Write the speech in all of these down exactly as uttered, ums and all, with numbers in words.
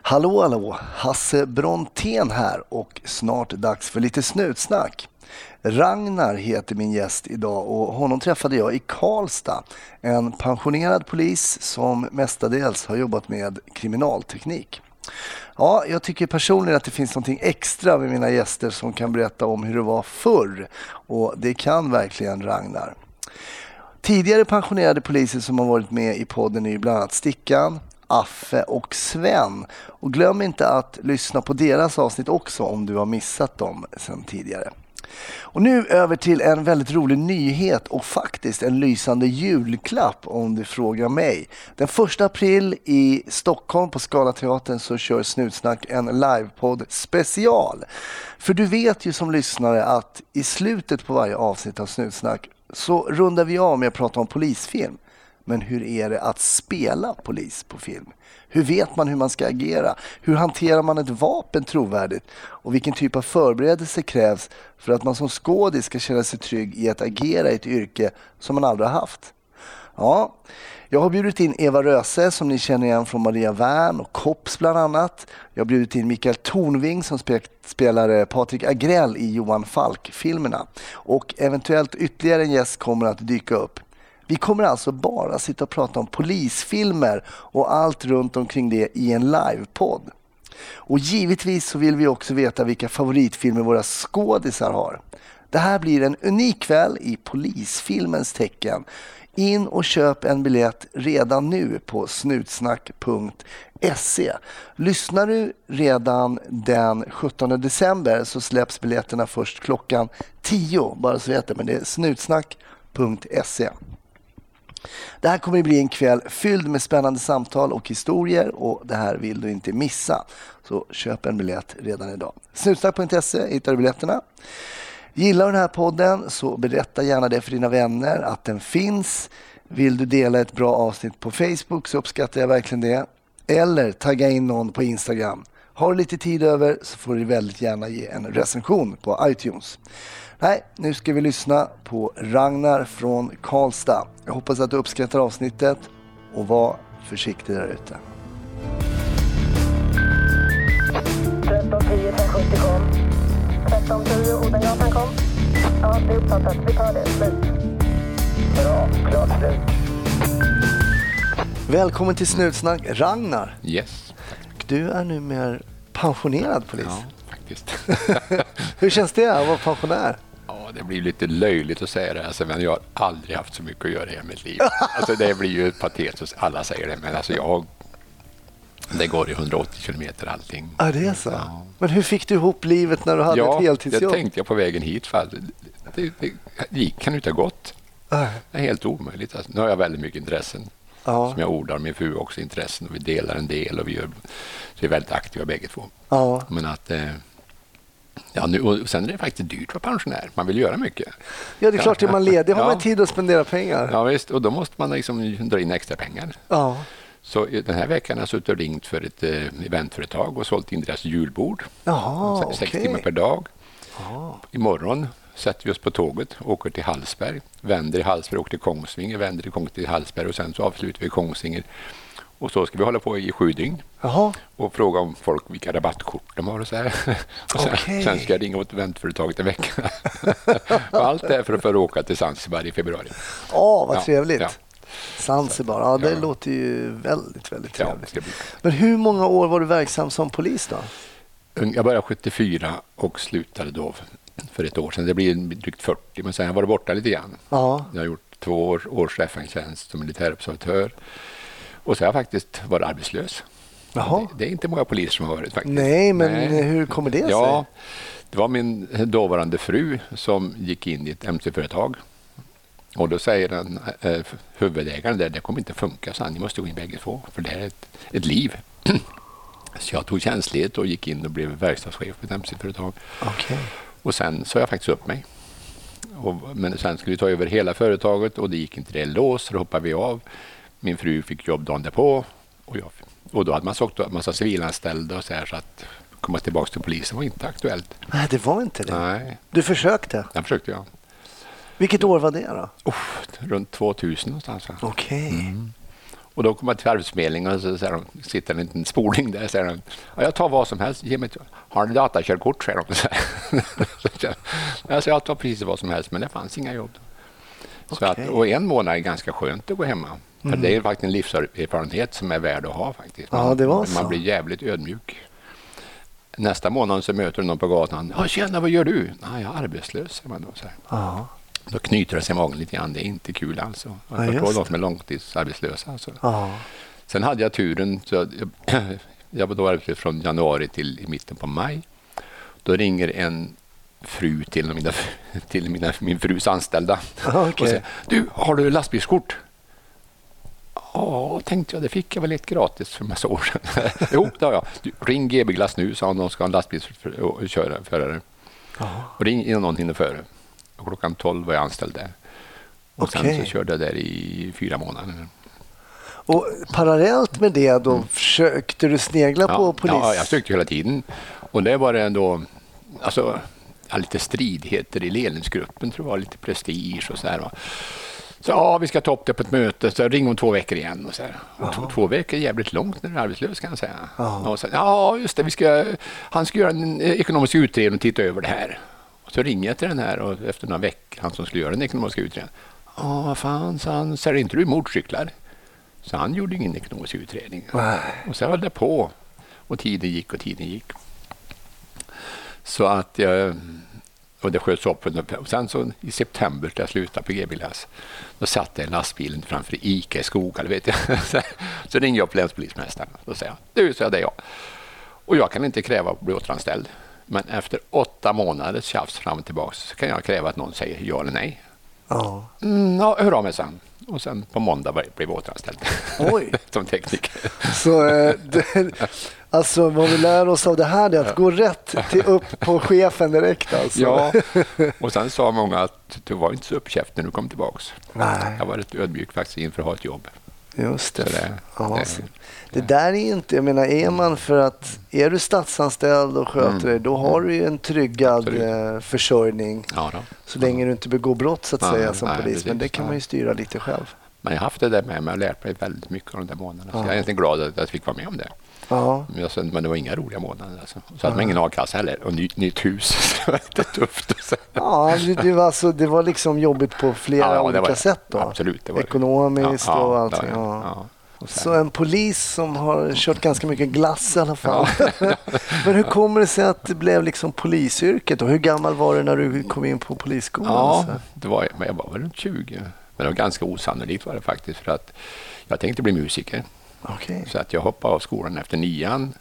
Hallå, hallå, Hasse Brontén här och snart dags för lite snutsnack. Ragnar heter min gäst idag och honom träffade jag i Karlstad. En pensionerad polis som mestadels har jobbat med kriminalteknik. Ja, jag tycker personligen att det finns något extra med mina gäster som kan berätta om hur det var förr. Och det kan verkligen Ragnar. Tidigare pensionerade poliser som har varit med i podden är bland annat Stickan, Affe och Sven. Och glöm inte att lyssna på deras avsnitt också om du har missat dem sedan tidigare. Och nu över till en väldigt rolig nyhet och faktiskt en lysande julklapp om du frågar mig. Den första april i Stockholm på Scalateatern så kör Snutsnack en livepodd special. För du vet ju som lyssnare att i slutet på varje avsnitt av Snutsnack så rundar vi av med att prata om polisfilm. Men hur är det att spela polis på film? Hur vet man hur man ska agera? Hur hanterar man ett vapen trovärdigt? Och vilken typ av förberedelse krävs för att man som skådis ska känna sig trygg i att agera i ett yrke som man aldrig har haft? Ja, jag har bjudit in Eva Röse som ni känner igen från Maria Wern och Kops bland annat. Jag har bjudit in Mikael Tornving som spelar Patrik Agrell i Johan Falk-filmerna. Och eventuellt ytterligare en gäst kommer att dyka upp. Vi kommer alltså bara sitta och prata om polisfilmer och allt runt omkring det i en livepodd. Och givetvis så vill vi också veta vilka favoritfilmer våra skådisar har. Det här blir en unik kväll i polisfilmens tecken. In och köp en biljett redan nu på snutsnack punkt se. Lyssnar du redan den sjuttonde december så släpps biljetterna först klockan tio. Bara så vet det, men det är snutsnack punkt se. Det här kommer att bli en kväll fylld med spännande samtal och historier och det här vill du inte missa. Så köp en biljett redan idag. snutsnack punkt se hittar du biljetterna. Gillar du den här podden så berätta gärna det för dina vänner att den finns. Vill du dela ett bra avsnitt på Facebook så uppskattar jag verkligen det. Eller tagga in någon på Instagram. Har du lite tid över så får du väldigt gärna ge en recension på iTunes. Nej, nu ska vi lyssna på Ragnar från Karlstad. Jag hoppas att du uppskattar avsnittet och var försiktig där ute. tretton tio sjuttio kom. tretton tio Odengatan kom. Ja, det är uppfattat. Vi tar det. Slut. Bra, klart slut. Välkommen till Snutsnack, Ragnar. Yes. Du är nu mer pensionerad polis. Ja, faktiskt. Hur känns det att vara pensionär? Ja, det blir lite löjligt att säga det. Alltså, men jag har aldrig haft så mycket att göra i mitt liv. Alltså, det blir ju patetiskt, alla säger det. Men alltså, jag, det går i hundraåttio kilometer allting. Ja, det är så. Ja. Men hur fick du ihop livet när du hade ja, ett heltidsjobb? det tänkte jag på vägen hit. För att det, det, det gick, kan inte ha gått. Äh. Det är helt omöjligt. Alltså, nu har jag väldigt mycket intressen. Ja. Som jag ordar, min fru också intressen. Och vi delar en del och vi, gör, så vi är väldigt aktiva bägge två. Ja. Men att... Eh, Ja, nu, och sen är det faktiskt dyrt att vara pensionär. Man vill göra mycket. Ja, det är klart att man leder. Har ja. man tid att spendera pengar? Ja, visst. Och då måste man liksom dra in extra pengar. Ja. Så den här veckan har jag suttit och ringt för ett eh, eventföretag och sålt in deras julbord. Jaha, Sex okej. timmar per dag. Aha. Imorgon sätter vi oss på tåget, åker till Hallsberg, vänder i Hallsberg, åker till Kongsvinger, vänder i Kongsvinger till Hallsberg och sen så avslutar vi i Kongsvinger. Och så ska vi hålla på i sju dygn. Jaha. Och fråga om folk vilka rabattkort de har och så här. Och sen, Okay. sen ska jag ringa åt eventföretaget en vecka. Och allt det här för att få åka till Zanzibar i februari. Åh, vad Ja, trevligt. ja. Zanzibar, ja det Ja. låter ju väldigt, väldigt Ja, trevligt. det ska bli. Men hur många år var du verksam som polis då? Jag började sjuttiofyra och slutade då för ett år sedan. Det blir drygt fyrtio, men sen har jag varit borta lite grann. Ja. Jag har gjort två år, års F N-tjänst som militärobservatör. Och så har jag faktiskt varit arbetslös. Jaha. Det, det är inte många poliser som har varit faktiskt. Nej, men Nej. hur kommer det sig? Ja, det var min dåvarande fru som gick in i ett M C-företag. Och då säger den eh, huvudägaren där, det kommer inte funka, så ni måste gå in bägge två, för det är ett, ett liv. Så jag tog tjänstledigt och gick in och blev verkstadschef på ett M C-företag. Okay. Och sen så har jag faktiskt upp mig. Och, men sen skulle vi ta över hela företaget och det gick inte det lås, så då hoppade vi av. Min fru fick jobb dagen därpå och, jag, och då hade man sagt en massa civilanställda och så här, så att komma tillbaka till polisen var inte aktuellt. Nej, det var inte det. Nej. Du försökte? Jag försökte, ja. Vilket år var det då? Oh, runt tvåtusen någonstans. Okej. Okay. Mm. Och då kommer jag till Arbetsförmedlingen och så säger de, sitter en liten spoling där och säger de, ja, jag tar vad som helst, ge mig, har ni datakörkort? Säger de. Alltså, jag tar precis vad som helst, men det fanns inga jobb. Så att, och en månad är ganska skönt att gå hemma. Mm. För det är faktiskt en livserfarenhet som är värd att ha faktiskt. Man, ja, det var så. Man blir jävligt ödmjuk. Nästa månad så möter du någon på gatan. Ja, tjena, vad gör du? Nej, jag är arbetslös, säger man då. Så här. Ja. Då knyter det sig i magen lite grann. Det är inte kul alltså. Jag ja, förstår de som är långtidsarbetslösa. Alltså. Ja. Sen hade jag turen. Så jag, jag var då arbetslös från januari till i mitten på maj. Då ringer en fru till, mina, till mina, min frus anställda. Okay. Och säger, du, har du lastbilskort? Ja, tänkte jag. Det fick jag väl lite gratis för en massa år sedan. Jo, det har jag. Du, ring G B Glass nu, sa han. De ska ha en lastbilsförare. Och ring innan någon hinner före. Och klockan tolv var jag anställd där. Och okay. Sen så körde jag där i fyra månader. Och parallellt med det då mm. försökte du snegla ja, på polis? Ja, jag sökte hela tiden. Och det var ändå alltså, lite stridigheter i ledningsgruppen, tror jag, lite prestige och så här. Så ja, vi ska ta upp det på ett möte, så ring om två veckor igen. Och så här. Och två, två veckor är jävligt långt när du är arbetslös, kan jag säga. Och så, ja, just det, vi ska, han ska göra en ekonomisk utredning och titta över det här. Och så ringer jag till den här och efter några veckor, han som skulle göra den ekonomiska utredningen. Ja, vad fan, sa han, säger inte du motorcyklar? Så han gjorde ingen ekonomisk utredning. Nej. Och så höll det på. Och tiden gick och tiden gick. Så att jag... Och det sköts upp. Och sen så i september när jag slutade på G B Glass, då satt jag i lastbilen framför Ica i Skoghall, vet jag. Så ringde jag på länspolismästaren och sa, du, så är det jag. Och jag kan inte kräva att bli återanställd. Men efter åtta månaders tjafs fram och tillbaka så kan jag kräva att någon säger ja eller nej. Ja. Mm, ja, hör av mig sen. Och sen på måndag blev jag återanställd. Oj. Som tekniker. Så eh, det, alltså vad vi lär oss av det här är att gå rätt till upp på chefen direkt alltså. Ja, och sen sa många att du var inte så uppkäft när du kom tillbaka. Nej. Jag var rätt ödmjuk faktiskt inför att ha ett jobb. Just det. det, ja, det, det där är inte, jag menar, är man för att är du statsanställd och sköter mm. dig, då har du ju en tryggad eh, försörjning. Ja, då. Så länge du inte begår brott så att ja, säga som nej, polis. precis, men det kan man ju styra lite själv. Men jag har haft det där med mig och lärt mig väldigt mycket av de där månaderna. Ja. Så jag är egentligen glad att jag fick vara med om det. Ja. Men det var inga roliga månader. Alltså. Så hade man ingen a-kassa heller. Och ny, nytt hus. Det var lite tufft. Ja, det var, alltså, det var liksom jobbigt på flera ja, olika var, sätt då. Absolut. Det var ekonomiskt ja, och ja, allting. Ja. Ja. Och så en polis som har kört ganska mycket glass i alla fall. Ja. Men hur kommer det sig att det blev liksom polisyrket? Och hur gammal var du när du kom in på polisskolan? Ja, det var, men jag var runt tjugo. Men det var ganska osannolikt var det faktiskt. För att jag tänkte bli musiker. Okay. Så att jag hoppade av skolan efter nian.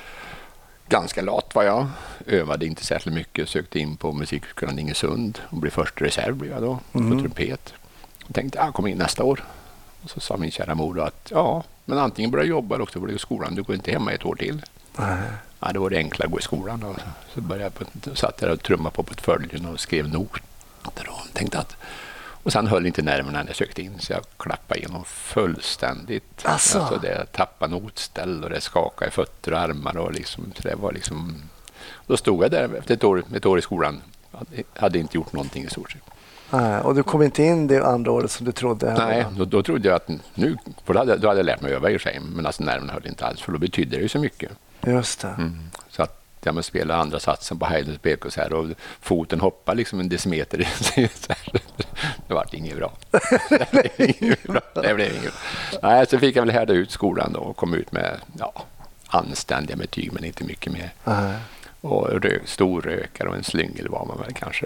Ganska lat var jag. Övade inte särskilt mycket. Sökte in på Musikhögskolan i Ingesund. Och blev första reserv blev jag då. Mm. På trumpet. Och tänkte jag kom in nästa år. Och så sa min kära mor att ja, men antingen börja jobba eller också börja i skolan. Du går inte hemma ett år till. Mm. Ja, då var det enklare att gå i skolan. Då. Så började jag på, satt jag och trummade på portföljen och skrev noter. Och tänkte att och sen höll inte nerverna när jag sökte in så jag klappade igenom fullständigt. Asså. Alltså det tappade notställ och det skakade i fötter och armar. Och liksom, så det var liksom, då stod jag där efter ett år, ett år i skolan. Jag hade inte gjort någonting i stort sett. Nej, och du kom inte in det andra året som du trodde? Nej, då, då trodde jag att nu, för då hade, då hade jag lärt mig öva i sig. Men alltså nerverna höll inte alls för då betydde det ju så mycket. Just det. Mm. Så att jag måste spela andra satsen på Haydns B K så här och foten hoppar liksom en decimeter. Det var inget bra. Det blev inget bra. Det blev inget bra. Nej, så fick jag väl härda ut skolan då och kom ut med ja, anständiga betyg men inte mycket mer. Uh-huh. Och rök, stor rökare och en slyngel var man väl kanske.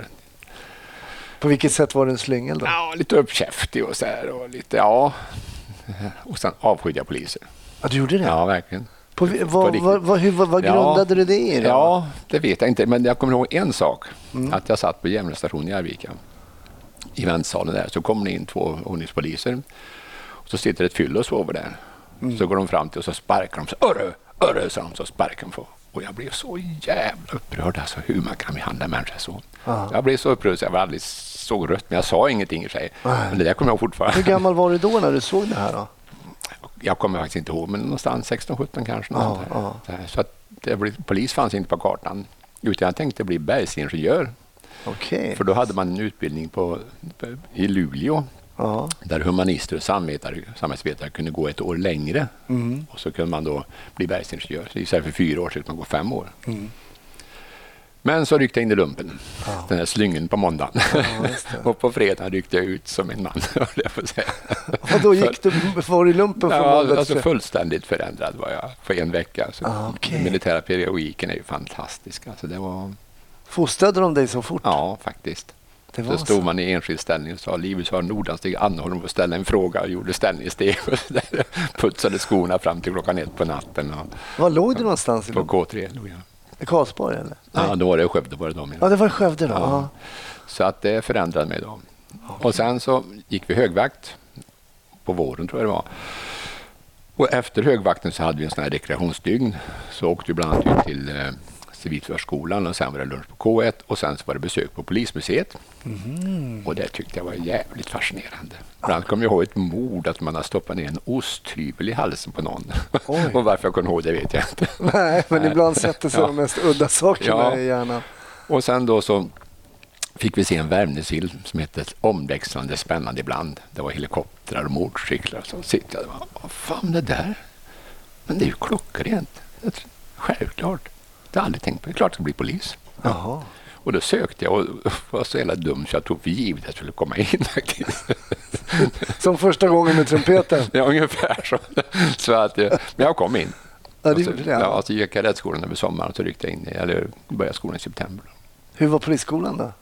På vilket sätt var det en slyngel då? Ja, lite uppkäftig och så här och lite, ja. Och sen avskydda poliser. Ja, du gjorde det? Ja, verkligen. På, vad, på vad, vad, hur, vad, vad grundade ja, du det i då? Ja, det vet jag inte. Men jag kommer ihåg en sak. Mm. Att jag satt på Gävle-station i Arvika. I väntsalen där. Så kommer det in två ordningspoliser. Och så sitter ett fyll och sover där. Mm. Så går de fram till och så sparkar de. Så, Örre, örre, så de så sparkar de på. Och jag blev så jävla upprörd. Alltså hur man kan behandla människor så. Aha. Jag blev så upprörd så jag var aldrig så rött. Men jag sa ingenting i sig. Men det där kommer jag fortfarande. Hur gammal var du då när du såg det här då? Jag kommer faktiskt inte ihåg, men någonstans sexton sjutton kanske. Ja, ja. Så att det blev, polis fanns inte på kartan. Utan jag tänkte bli bergsingenjör. Okay. För då hade man en utbildning på, på, i Luleå Ja. Där humanister och samvetare, samhällsvetare kunde gå ett år längre. Mm. Och så kunde man då bli bergsingenjör. Så istället för fyra år så kunde man gå fem år. Mm. Men så ryckte jag in i lumpen. Ja. Den här slyngen på måndagen. Ja, just det. Och på fredag ryckte jag ut som en man. Jag får säga. Och då gick du var i lumpen från Ja, måndag alltså till- fullständigt förändrad var jag på en vecka. Så Ah, okej. Den militära pedagogiken är ju fantastisk. Alltså det var, Fostrade de dig så fort? ja, faktiskt. Det var Så stod så. man i enskild ställning och sa Livet har Nordanstig anhållen att ställa en fråga och gjorde ställningssteg och så där. Putsade skorna fram till klockan ett på natten. Och Var låg du någonstans? I på lumpen? K tre låg jag. I Karlsborg eller? Ja, då var det Skövde var det då. Ja, det var i Skövde då. Ja. Ja. Så att det förändrade mig då. Och sen så gick vi högvakt på våren tror jag det var. Och efter högvakten så hade vi en sån här rekreationsdygn. Så åkte vi bland annat ut till eh, civilförsvarskolan och sen var det lunch på K ett och sen så var det besök på polismuseet. Mm. Och det tyckte jag var jävligt fascinerande. Bland annat kom jag ihåg ett mord att man har stoppat ner en osthyvel i halsen på någon. Oj. Och varför jag kom ihåg det vet jag inte. Nej, men Nej. ibland sätter sig Ja. de mest udda sakerna Ja. i hjärnan. Och sen då så fick vi se en värmningsfilm som hette Omväxlande spännande ibland. Det var helikoptrar och motorcyklar. Så sitter jag och bara, vad fan det där? Men det är ju klockrent. Det- Självklart. Det har jag aldrig tänkt på. Det är klart att jag ska bli polis. Jaha. Och då sökte jag och var så jävla dum så jag tog för givet att jag skulle komma in faktiskt. Som första gången med trumpeten. Ja, ungefär så. så att, jag- men jag kom in. Ja, Och det så, gjorde det. ja, så gick jag kadettskolan över sommaren och så ryckte jag in i, eller började skolan i september. Hur var polisskolan då?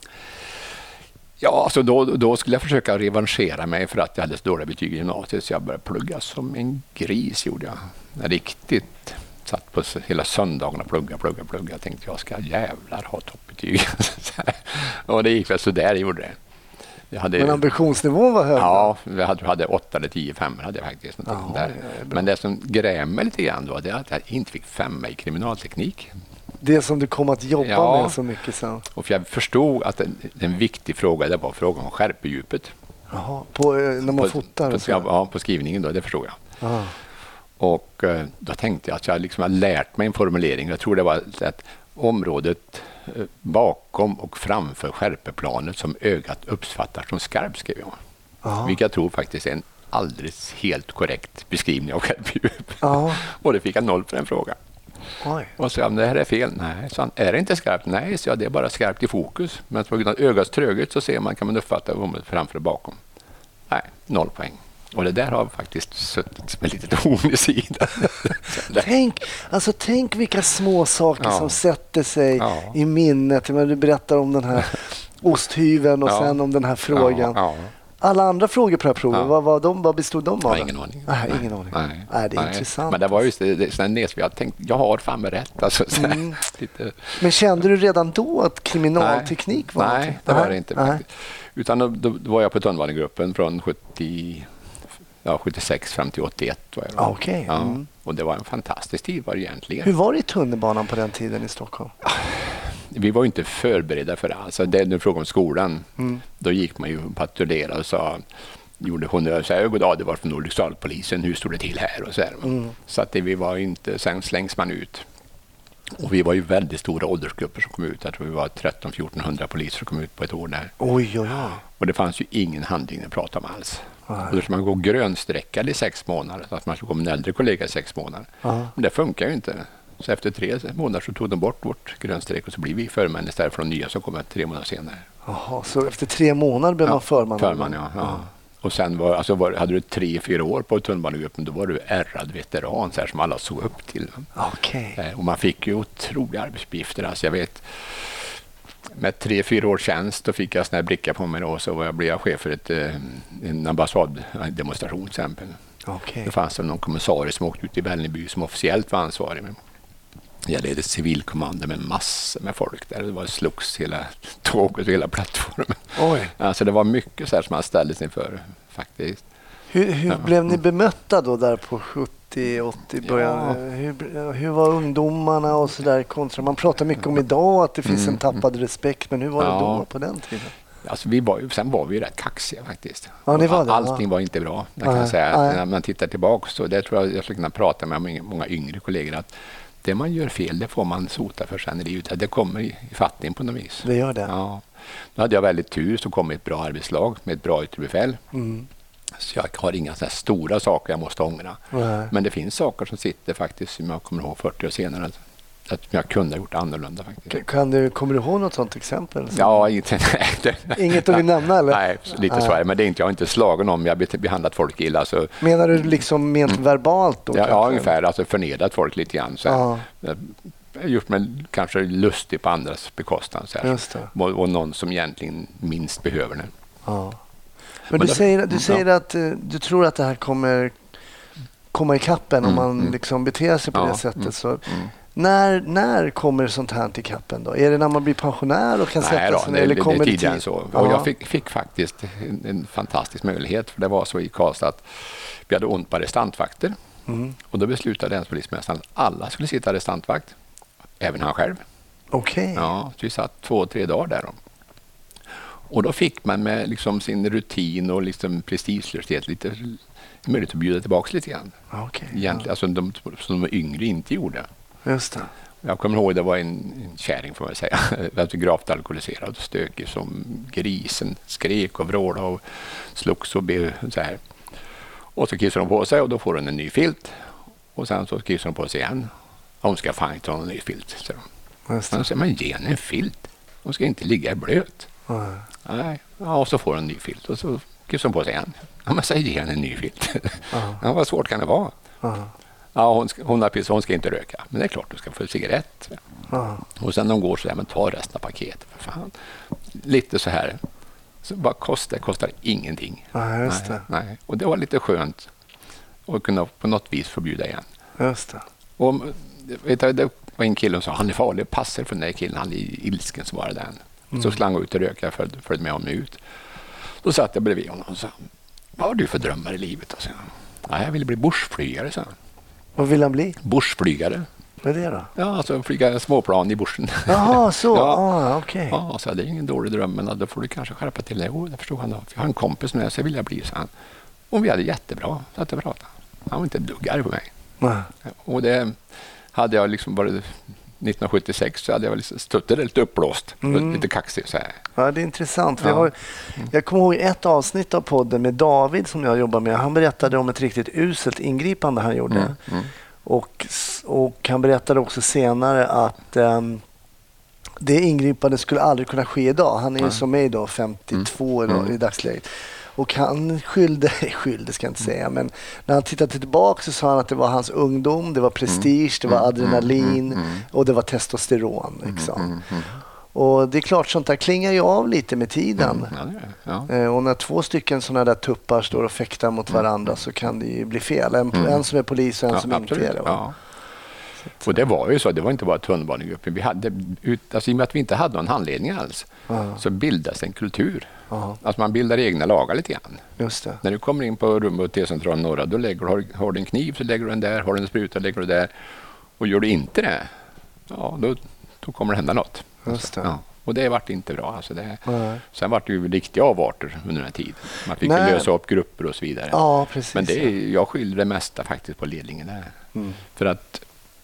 Ja, alltså då, då skulle jag försöka revanschera mig för att jag hade så dåliga betyg i gymnasiet så jag började plugga som en gris gjorde jag. jag riktigt satt på s- hela söndagen och plugga, plugga, plugga. Jag tänkte jag ska jävlar ha toppbetyg. Så här. Och det gick väl så där gjorde det. Jag hade, Men ambitionsnivån var hög. ja, jag hade, hade åtta eller tio femmor hade jag faktiskt. någonting Ja, där. det är bra. Men det som grämde mig lite grann då, det är att jag inte fick femma i kriminalteknik. Det som du kom att jobba Ja. med så mycket sen. Och för jag förstod att en, en viktig fråga det var frågan om skärpedjupet. Jaha, på, eh, när man På, fotar på, och så. ja, på skrivningen då, det förstod jag. Ja. Och eh, då tänkte jag att jag liksom har lärt mig en formulering. Jag tror det var att området eh, bakom och framför skärpeplanet som ögat uppfattar som skarp, skrev jag. Ja. Vilket jag tror faktiskt är en alldeles helt korrekt beskrivning av skärpedjup. Ja. Och det fick jag noll för den frågan. Oj. Och så, ja, men det här är fel. Nej, så han, är det inte skarpt? Nej, så ja, det är bara skarpt i fokus. Men på grund av ögats tröghet så ser man, kan man uppfatta rummet framför och bakom. Nej, noll poäng. Och det där har faktiskt suttit som ett litet horn i sidan. Så det- Tänk, alltså, tänk vilka små saker Ja. som sätter sig Ja. i minnet. Men du berättar om den här osthyveln och Ja. sen om den här frågan. Ja, ja. Alla andra frågor på det här provet, Ja. vad, vad, de, vad bestod de Jag av? har ingen aning. Nej, ingen aning. Nej, Nej, det är intressant. Men det var just det, det sån här nes- jag tänkte, jag har fan med rätt. Alltså, så här, Mm. lite, Men kände du redan då att kriminalteknik var Nej, någonting? det var det inte Nej. faktiskt. Utan då, då var jag på tunnelbanegruppen från sjuttio, ja, sjuttiosex fram till åttioett. Var jag då. Ah, okej. Ja, Mm. och det var en fantastisk tid var det egentligen. Hur var det i tunnelbanan på den tiden i Stockholm? Vi var ju inte förberedda för det. Alltså, det är en fråga om skolan. Mm. Då gick man ju och patrullerade och sa, gjorde honnör, så här, god dag, det var från Ulriksdalpolisen, hur stod det till här? Och så här. Mm. Så att det, vi var inte, sen slängs man ut. Och vi var ju väldigt stora åldersgrupper som kom ut. Jag tror vi var tretton fjortonhundra poliser som kom ut på ett år där. Oj, oj, oj. Och det fanns ju ingen handling att prata om alls. Nej. Och då skulle man gå grönsträckad i sex månader, så att man skulle gå med en äldre kollega i sex månader. Ja. Men det funkar ju inte. Så efter tre månader så tog de bort vårt grönstreck och så blir vi förmän istället för de nya som kommer tre månader senare. Jaha, så efter tre månader blev man förman? Förman, ja. ja. Och sen var, alltså var, hade du tre, fyra år på tunnelbanegruppen, då var du ärrad veteran så här, som alla såg upp till. Okej. Eh, Och man fick ju otroliga arbetsuppgifter. Alltså jag vet, med tre, fyra års tjänst då fick jag såna här blickar på mig då, så var jag, blev jag chef för ett, eh, en ambassaddemonstration till exempel. Okej. Det fanns det någon kommissarie som åkte ut i Vällingby som officiellt var ansvarig. Men jag ledde ett civilkommando med massor med folk där. Det var slogs hela tåget och hela plattformen. Oj. Alltså det var mycket så här som man ställdes inför faktiskt. Hur, hur Ja. blev ni bemötta då där på sjuttio, åttio början? Ja. Hur, hur var ungdomarna och så där kontra? Man pratar mycket om idag att det finns Mm, en tappad respekt, men hur var det Ja. då på den tiden? Alltså vi var ju, sen var vi ju rätt kaxiga faktiskt. Ja, det var det, Allting ja. var inte bra. Jag Nej, kan säga. nej. När man tittar tillbaka så det tror jag jag skulle kunna prata med många- många yngre kollegor att det man gör fel, det får man sota för sen i livet. Det kommer i, i fattning på något vis. Det gör det. Ja. Nu hade jag väldigt tur, så kom ett bra arbetslag med ett bra yttre befäl. Mm. Så jag har inga så här stora saker jag måste ångra. Nej. Men det finns saker som sitter faktiskt, som jag kommer ihåg fyrtio år senare, att jag kunde ha gjort annorlunda faktiskt. Kan du, kommer du ihåg något sånt exempel? Ja, inte, Inget att nämna eller? Nej, lite så är det. Men det är inte, jag har inte slagen om jag har behandlat folk illa. Så, menar du liksom ment mm. verbalt då? Ja, ja, ungefär. Alltså förnedrat folk lite grann. Så här. Jag har gjort mig kanske lustig på andras bekostnad. Så här. Just det. Och, och någon som egentligen minst behöver det. Ja. Men, Men du, då, säger, du säger ja. att uh, du tror att det här kommer komma i kappen mm, om man mm. liksom beter sig på ja, det sättet. Mm, så. Mm. När, när kommer sånt här till kappen då? Är det när man blir pensionär och kan Nej sätta då, sig? Det, eller det, kommer det är det tidigare tid? så. Och ja. jag fick, fick faktiskt en, en fantastisk möjlighet. För det var så i Karlstad att vi hade ont på arrestantvakter. Mm. Och då beslutade länspolismästaren att alla skulle sitta arrestantvakt. Även han själv. Okej. Okay. Ja, så vi satt två, tre dagar där. Och då fick man med liksom sin rutin och liksom prestigelöshet lite möjlighet att bjuda tillbaka lite grann. Okay, Egentligen, ja. Alltså de som de yngre inte gjorde. Just det. Jag kommer ihåg, det var en, en kärring får man säga. Alltså gravt alkoholiserad och stökig som grisen. Skrek och vrålade och slogs och be så här. Och så kissade de på sig och då får hon en ny filt. Och sen så kissade de på sig igen. Hon ska fan inte ha en ny filt. Så de säger, men ge henne en filt. Hon ska inte ligga i blöt. Mm. Nej. Ja, och så får hon en ny filt. Och så kissar hon på sig igen. Ja, men säg ge henne en ny filt. Mm. Ja, vad svårt kan det vara? Mm. Ja, hon, ska, hon har precis, hon ska inte röka. Men det är klart, du ska få en cigarett. Mm. Och sen de går så där, men ta resten av paketet. För fan. Lite så här. Så vad kostar? kostar ingenting. Ja, just nej, det. Nej. Och det var lite skönt att kunna på något vis förbjuda igen. Just det. Och vet du, det var en kille som sa, han är farlig, passar för den där killen, han är ilsken som var den. Mm. Så slang jag ut och röka, jag följde, följde med honom ut. Då satt jag bredvid honom och sa, vad har du för drömmar i livet? Och så, ja, jag ville bli bushflygare, så. Vad vill han bli? Bushflygare. Vad är det då? Ja, alltså flyga småplan i bushen. Jaha, så. ja, ah, okej. Okay. Ja, så det är ingen dålig dröm, men då får du kanske skärpa till det. Jo, det förstod han då. Jag har en kompis med så vill jag bli, så han. Och vi hade jättebra, så att jag pratade. Han var inte duggare på mig. Mm. Och det hade jag liksom varit nittonhundrasjuttiosex, så hade jag liksom stött lite uppblåst, mm. lite kaxig så här. Ja, det är intressant. Ja. Vi har, jag kommer ihåg ett avsnitt av podden med David som jag jobbar med. Han berättade om ett riktigt uselt ingripande han gjorde. Mm. Mm. Och, och han berättade också senare att um, det ingripandet skulle aldrig kunna ske idag. Han är ju mm. som mig då, femtiotvå mm. idag, i dagsläget. Och han skyllde, skyllde ska jag inte säga, men när han tittade tillbaka så sa han att det var hans ungdom, det var prestige, det var adrenalin och det var testosteron. Liksom. Och det är klart, sånt där klingar ju av lite med tiden. Mm, ja, ja. Och när två stycken sådana där tuppar står och fäktar mot varandra mm. så kan det ju bli fel. En, mm. en som är polis och en ja, som absolut. Inte är det. Ja. Och det var ju så, det var inte bara tunnelbanegruppen. Vi hade, ut, alltså i och med att vi inte hade någon handledning alls uh-huh. så bildas en kultur. Uh-huh. Alltså man bildar egna lagar lite grann. Just det. När du kommer in på rummet till T-centralen norra, då lägger du, har, har du en kniv så lägger du den där, har du en spruta lägger du där. Och gör du inte det, ja då, då kommer det hända något. Just det. Ja. Och det vart inte bra. Alltså det, Nej. Sen vart det ju riktiga avarter under den här tiden. Man fick lösa upp grupper och så vidare. Ja, precis. Men det, jag skyller det mesta faktiskt på ledningen där. Mm. För att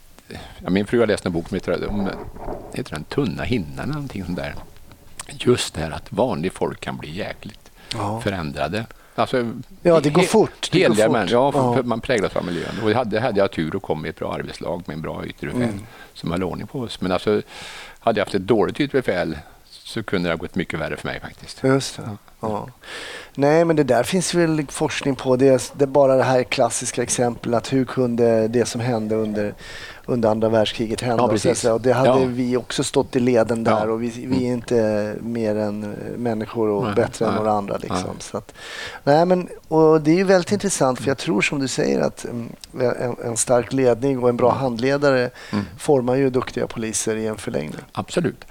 ja, min fru har läst en bok som heter, om, heter den Tunna hinnan eller någonting sånt där. Just det här att vanlig folk kan bli jäkligt ja. förändrade. Alltså, ja, det går fort. Det går fort. Men, ja, för, för man präglas av miljön. Och hade, hade jag tur och kom i ett bra arbetslag med en bra ytterbefäl mm. som höll ordning på oss. Men alltså, hade jag haft ett dåligt ytterbefäl så kunde det ha gått mycket värre för mig faktiskt. Just det. Ja. Ja. Nej, men det där finns väl forskning på. Det, det är bara det här klassiska exemplet att hur kunde det som hände under, under andra världskriget hända. Ja, precis. Och det hade ja. vi också stått i leden där ja. och vi, vi är inte mer än människor och nej, bättre nej, än några andra. Liksom. Så att, nej, men, och det är ju väldigt intressant för jag tror som du säger att um, en, en stark ledning och en bra handledare mm. formar ju duktiga poliser i en förlängning. Absolut.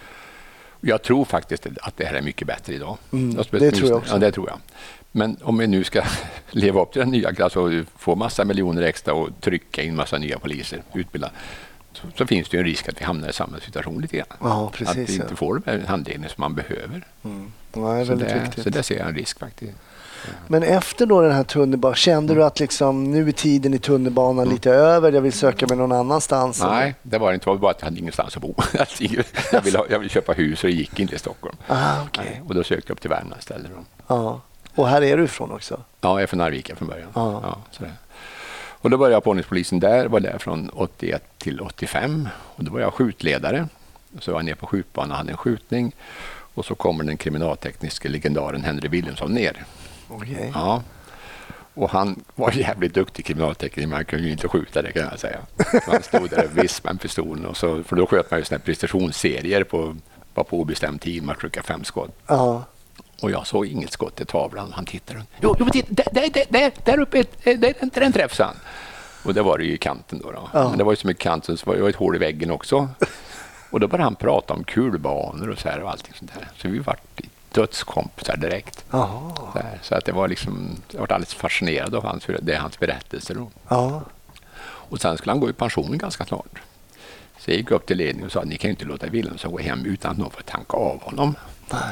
Jag tror faktiskt att det här är mycket bättre idag. Mm, det tror jag också. Ja, det tror jag. Men om vi nu ska leva upp till den nya klassen och få massa miljoner extra och trycka in massa nya poliser, utbilda, så, så finns det ju en risk att vi hamnar i samma situation lite grann. Ja, precis, att vi inte ja. får den handledning som man behöver. Mm. Ja, det är så, väldigt det, viktigt. så det ser jag en risk faktiskt. Men efter då den här tunnelbanan, kände du att liksom, nu är tiden i tunnelbanan mm. lite över, jag vill söka mig någon annanstans? Nej, eller? det var inte, det var bara att jag hade ingenstans att bo. jag, ville ha, jag ville köpa hus och det gick inte i Stockholm. Ah, okay. Och då sökte jag upp till Värmland istället. Ja. Och här är du ifrån också? Ja, jag är från Arvika från början. Ah. Ja, sådär. Och då började jag på ordningspolisen där, var där från åttioett till åttiofem. Och då var jag skjutledare. Så jag var ner på skjutbanan och hade en skjutning. Och så kommer den kriminaltekniska legendaren Henry Williamson ner. Okay. Ja. Och han var jävligt duktig kriminaltekniker, man kunde ju inte skjuta det kan jag säga. Så han stod där och vispade med pistolen. Och så, för då sköt man ju såna här prestationsserier på, på, på obestämd tid, man skickade fem skott. Ja. Och jag såg inget skott i tavlan. Han tittade. Jo, jo titta, där, där, där, där uppe, där, där en träff, han. Och det var det ju i kanten då. då. Ja. Men det var ju som i kanten, så var det ett hål i väggen också. Och då började han prata om kulbanor och så här och allting sånt där. Så vi var dödskompisar direkt. Så, här, så att det var liksom, jag var alldeles fascinerad av hans, det är hans berättelser då. Ja. Och sen skulle han gå i pension ganska snart. Så jag gick upp till ledningen och sa, ni kan ju inte låta Wilhelmsson gå hem utan att någon får tanka av honom. Nej.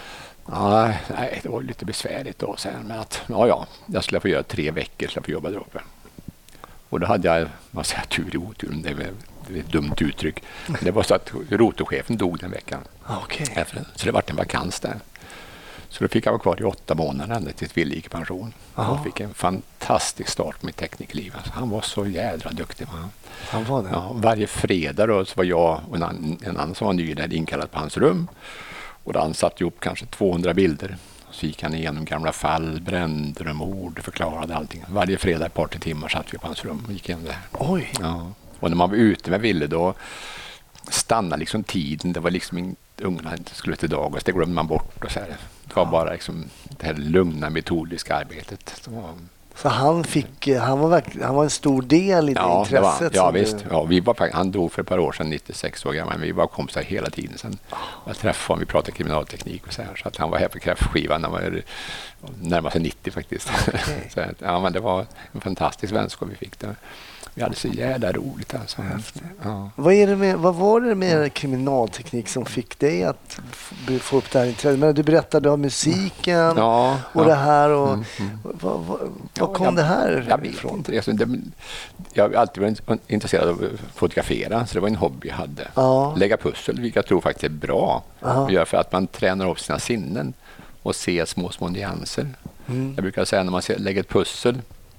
Ja, nej, det var lite besvärligt då sen, men att ja, ja, jag skulle få göra tre veckor så jag få jobba där uppe. Och då hade jag, vad säger tur i otur, det är, det är ett dumt uttryck. Men det var så att rotorchefen dog den veckan. Okay. Så det var en vakans där. Så då fick jag vara kvar i åtta månader ända tills Ville gick i pension. Jag fick en fantastisk start på mitt teknikerliv. Alltså, han var så jädra duktig. Va? Han var det? Ja, varje fredag då, så var jag och en, an, en annan som var ny där inkallad på hans rum. Och då han satt ihop kanske tvåhundra bilder. Så gick han igenom gamla fall, bränder och mord, förklarade allting. Varje fredag ett par till timmar satt vi på hans rum och gick igenom det här. Oj! Ja. Och när man var ute med Ville då stannade liksom tiden. Det var liksom inte, ungarna skulle till dagis, det glömde man bort. Och så här. Det var bara liksom det här lugna metodiska arbetet. Så, så han, fick, han, var verkligen, han var en stor del i det ja, intresset? Det var, ja, du... visst. Ja, vi var, han dog för ett par år sedan, nittiosex år gammal, men vi var kompisar hela tiden. Sen jag träffade honom, vi pratade kriminalteknik och så här. Så att han var här på kräftskivan, han var närmare nittio faktiskt. Okay. Så att, ja, men det var en fantastisk vänskap vi fick där. Vi hade så jävla roligt. Alltså. Ja. Vad, är det med, vad var det med kriminalteknik som fick dig att få upp det här intresset? Men du berättade om musiken ja, och ja. det här. Och, mm, mm. Vad, vad, vad ja, kom jag, det här jag ifrån? Inte, alltså, det, jag har alltid varit intresserad av att fotografera, så det var en hobby jag hade. Ja. Lägga pussel, vilket jag tror faktiskt är bra. Ja. Att göra för att man tränar upp sina sinnen och ser små, små nyanser. Mm. Jag brukar säga när man ser, lägger ett pussel,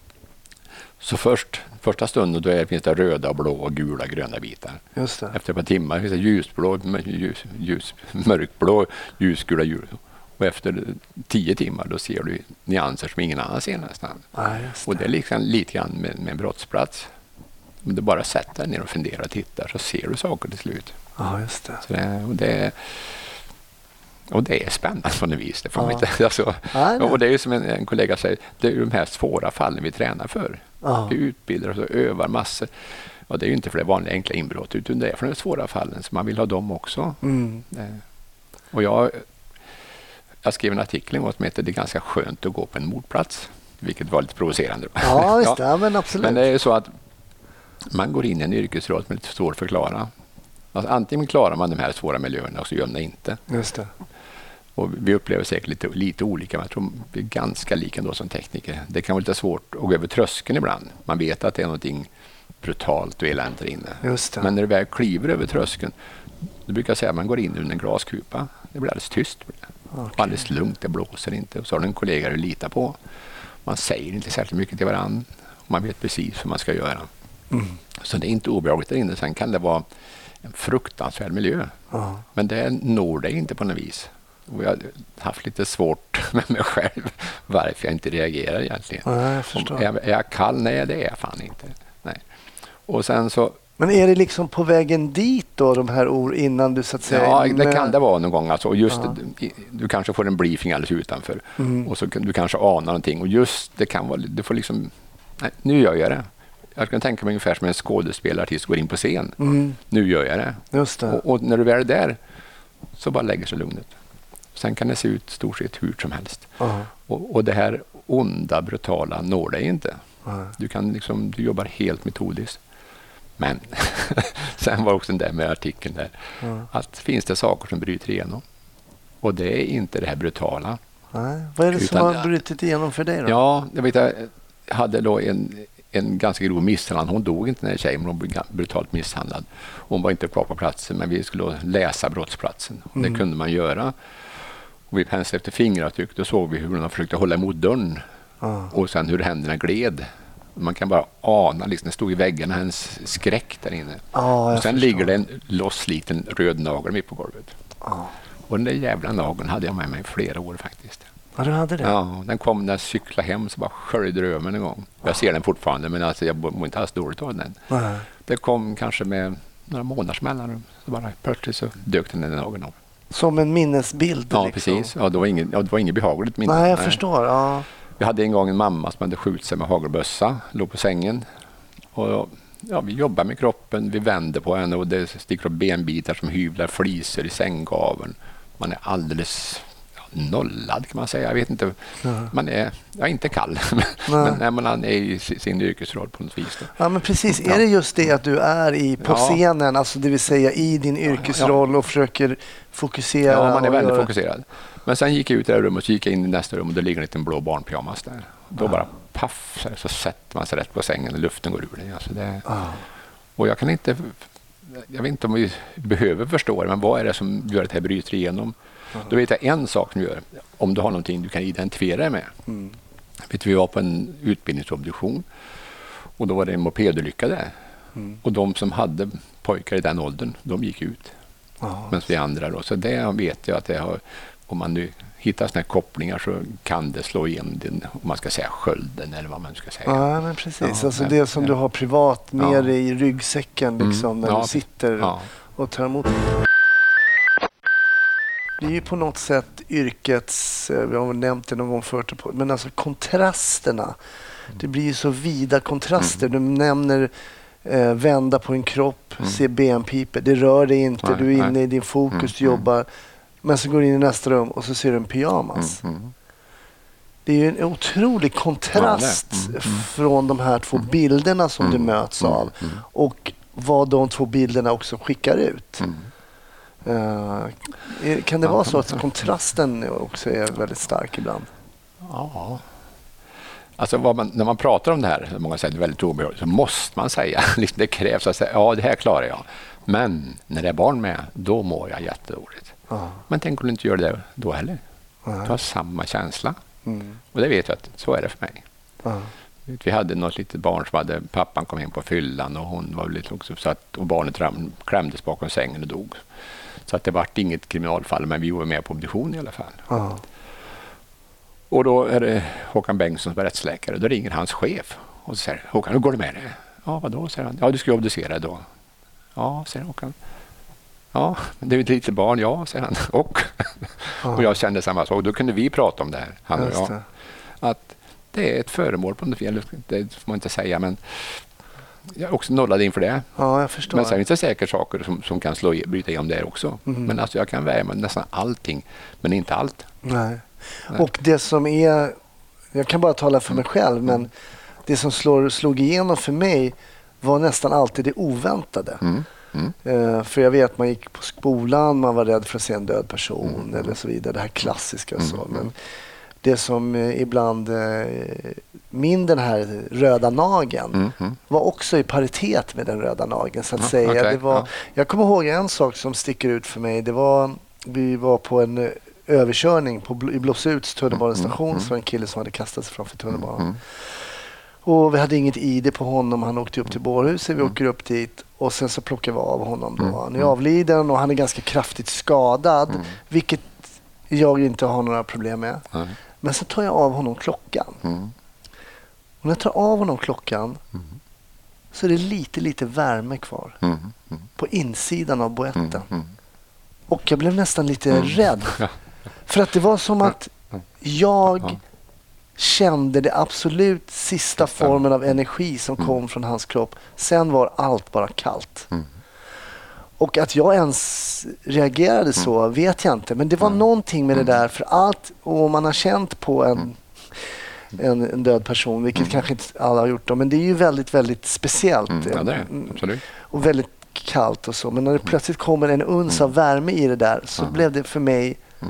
så först, första stunden då är, finns det röda, blå, och gula, gröna bitar. Just det. Efter ett par timmar finns det ljusblå, ljus, ljus, mörkblå, ljusgula, ljus. Och efter tio timmar då ser du nyanser som ingen annan ser nästan. Ja, just det. Och det är liksom lite grann med, med en brottsplats. Om du bara sätter dig ner och funderar och tittar så ser du saker till slut. Ja, just det. Så det, och det Och det är spännande på något vis. Det får ja. inte, alltså, ja, och det är ju som en, en kollega säger, det är ju de här svåra fallen vi tränar för. Ja. Vi utbildar oss och övar massor. Och det är ju inte för det vanliga enkla inbrott, utan det är för de svåra fallen. Så man vill ha dem också. Mm. Och jag, jag skrev en artikel som heter Det är ganska skönt att gå på en mordplats. Vilket var lite provocerande. Ja, just det. Ja, men absolut. Men det är så att man går in i en yrkesroll som är lite svår att förklara. Alltså, antingen klarar man de här svåra miljöerna och så gör man det inte. Just det. Och vi upplever säkert lite, lite olika, men jag tror vi är ganska lika då som tekniker. Det kan vara lite svårt att gå över tröskeln ibland. Man vet att det är någonting brutalt och eländigt där inne. Just det. Men när du väl kliver över tröskeln, då brukar jag säga att man går in under en glaskupa. Det blir alldeles tyst. Okay. Alldeles lugnt, det blåser inte. Och så har du en kollega du litar på. Man säger inte särskilt mycket till varandra. Man vet precis vad man ska göra. Mm. Så det är inte obehagligt där inne. Sen kan det vara en fruktansvärd miljö. Uh-huh. Men det når dig inte på något vis. Och jag har haft lite svårt med mig själv varför jag inte reagerar egentligen. Ja, jag förstår. Är, är jag kall? Nej, det är jag fan inte. Nej. Och sen så... Men är det liksom på vägen dit då, de här ord innan du så att säga... Ja, det kan det vara någon gång. Alltså, just ja. du, du kanske får en briefing alldeles utanför. Mm. Och så kan du kanske ana någonting. Och just det kan vara... Du får liksom... Nej, nu gör jag det. Jag kan tänka mig ungefär som en skådespelartist går in på scen. Mm. Nu gör jag det. Just det. Och, och när du väl är där så bara lägger sig lugnet. Sen kan det se ut stort sett hur som helst. Uh-huh. Och, och det här onda, brutala når dig inte. Uh-huh. Du, kan liksom, du jobbar helt metodiskt. Men sen var också den där med artikeln där. Uh-huh. Att finns det saker som bryter igenom. Och det är inte det här brutala. Nej. Vad är det Utan, som har brutit igenom för dig då? Ja, jag vet jag hade då en, en ganska grov misshandel. Hon dog inte den här tjejen, men hon blev brutalt misshandlad. Hon var inte kvar på platsen, men vi skulle läsa brottsplatsen. Mm. Det kunde man göra. Och vi penslade efter fingeravtryck. Då såg vi hur hon försökte hålla emot dörren. Ah. Och sen hur händerna gled. Man kan bara ana, liksom, det stod i väggarna hennes skräck där inne. Ah, och sen förstår. ligger det en lossliten röd nagel mitt på golvet. Ah. Och den där jävla nageln hade jag med mig i flera år faktiskt. Ja, du hade det? Ja, den kom när jag cyklade hem så bara sköljde drömmen en gång. Jag ah. ser den fortfarande, men alltså, jag mår inte alls dåligt av den. Ah. Det kom kanske med några månaders mellanrum. Så bara plötsligt så dök den där nageln av. Som en minnesbild? Ja, liksom. precis. Ja, det var ingen, ja, det var inget behagligt minne. Nej, jag Nej. förstår. Ja. Vi hade en gång en mamma som hade skjutit sig med hagelbössa, låg på sängen. Och, ja, vi jobbar med kroppen, vi vänder på henne och det sticker upp benbitar som hyvlar flisor i sänggaveln. Man är alldeles ja, nollad kan man säga. Jag vet inte. Mm. Man är ja, inte kall, men när man är i sin yrkesroll på något vis. Då. Ja, men precis. Ja. Är det just det att du är i på ja. scenen, alltså det vill säga i din yrkesroll ja. och försöker fokusera? Ja, man är väldigt göra... fokuserad. Men sen gick jag ut i det här rummet och gick jag in i nästa rum och det ligger en liten blå barnpyjamas där. Då ah. bara paff så, så sätter man sig rätt på sängen och luften går ur det. Alltså det ah. Och jag kan inte, jag vet inte om vi behöver förstå det, men vad är det som gör att det här bryter igenom? Ah. Då vet jag en sak som gör, om du har någonting du kan identifiera dig med. Mm. Vet, vi var på en utbildningsobduktion och då var det en mopedolycka där. Mm. Och de som hade pojkar i den åldern, de gick ut. Ah. Men vi andra då, så det vet jag att det har. Om man nu hittar såna här kopplingar så kan det slå igenom din, om man ska säga skölden eller vad man ska säga. Ja, men precis. Ja, alltså det som ja. du har privat nere ja. i ryggsäcken liksom, mm. när ja. du sitter ja. och tar emot. Det är ju på något sätt yrkets, vi har nämnt det någon gång förut, men alltså kontrasterna. Mm. Det blir ju så vida kontraster. Mm. Du nämner eh, vända på en kropp, mm. se benpipor. Det rör dig inte, nej, du är inne nej. i din fokus, mm. du jobbar. Men så går du in i nästa rum och så ser du en pyjamas. Mm, mm. Det är ju en otrolig kontrast ja, mm, mm. från de här två bilderna som mm, du möts mm, av. Mm. Och vad de två bilderna också skickar ut. Mm. Uh, kan det ja, vara så att kontrasten också är väldigt stark ibland? Ja. Alltså vad man, när man pratar om det här, många säger det är väldigt obehagligt, så måste man säga, liksom det krävs att säga, ja det här klarar jag. Men när det är barn med, då mår jag jättedåligt. Ah. Men tänk om du inte gör det då heller. Ah. Du har samma känsla. Mm. Och det vet jag att så är det för mig. Ah. Vi hade något litet barn som hade, pappan kom hem på fyllan och hon var lite också så att, och barnet ram, klämdes bakom sängen och dog. Så att det var inget kriminalfall, men vi var med på obduktion i alla fall. Ah. Och då är det Håkan Bengtsson som är rättsläkare. Då ringer hans chef och säger, Håkan, hur går det med det? Ja, vadå, säger han. Ja, du ska ju obducera då. Ja, säger Håkan. Ja, det är ett litet barn, ja, säger han. Och, ah. och jag kände samma sak. Då kunde vi prata om det här, han och jag. Att det är ett föremål på något fel, det får man inte säga, men jag är också nollad inför det. Ja, jag förstår. Men sen finns det säkert saker som, som kan slå, bryta igenom det också. Mm. Men alltså jag kan värma nästan allting, men inte allt. Nej. Nej. Och det som är, jag kan bara tala för mig själv, men det som slår, slog igenom för mig var nästan alltid det oväntade. Mm. Mm. Uh, för jag vet att man gick på skolan, man var rädd för att se en död person mm. eller så vidare, det här klassiska och så. Men det som uh, ibland uh, min den här röda nageln mm. Mm. var också i paritet med den röda nageln så att ja, säga. Okay. Det var, ja. Jag kommer ihåg en sak som sticker ut för mig. Det var, vi var på en uh, överkörning på, i Blåsuts tunnelbanestation mm. så var en kille som hade kastat sig framför tunnelbanan. Mm. Och vi hade inget I D på honom. Han åkte upp till Bårhuset. Vi mm. åker upp dit. Och sen så plockar vi av honom. Då. Han är avliden och han är ganska kraftigt skadad. Mm. Vilket jag inte har några problem med. Mm. Men så tar jag av honom klockan. Mm. Och när jag tar av honom klockan mm. så är det lite, lite värme kvar. Mm. Mm. På insidan av boetten. Mm. Mm. Och jag blev nästan lite mm. rädd. För att det var som att jag kände det absolut sista formen av energi som mm. kom från hans kropp. Sen var allt bara kallt. Mm. Och att jag ens reagerade mm. så vet jag inte. Men det var mm. någonting med det där. För allt, och man har känt på en, mm. en, en död person, vilket mm. kanske inte alla har gjort. Då, men det är ju väldigt, väldigt speciellt. Mm. Ja, det är det. Absolut. Och väldigt kallt och så. Men när det plötsligt kommer en uns av värme i det där så mm. blev det för mig mm.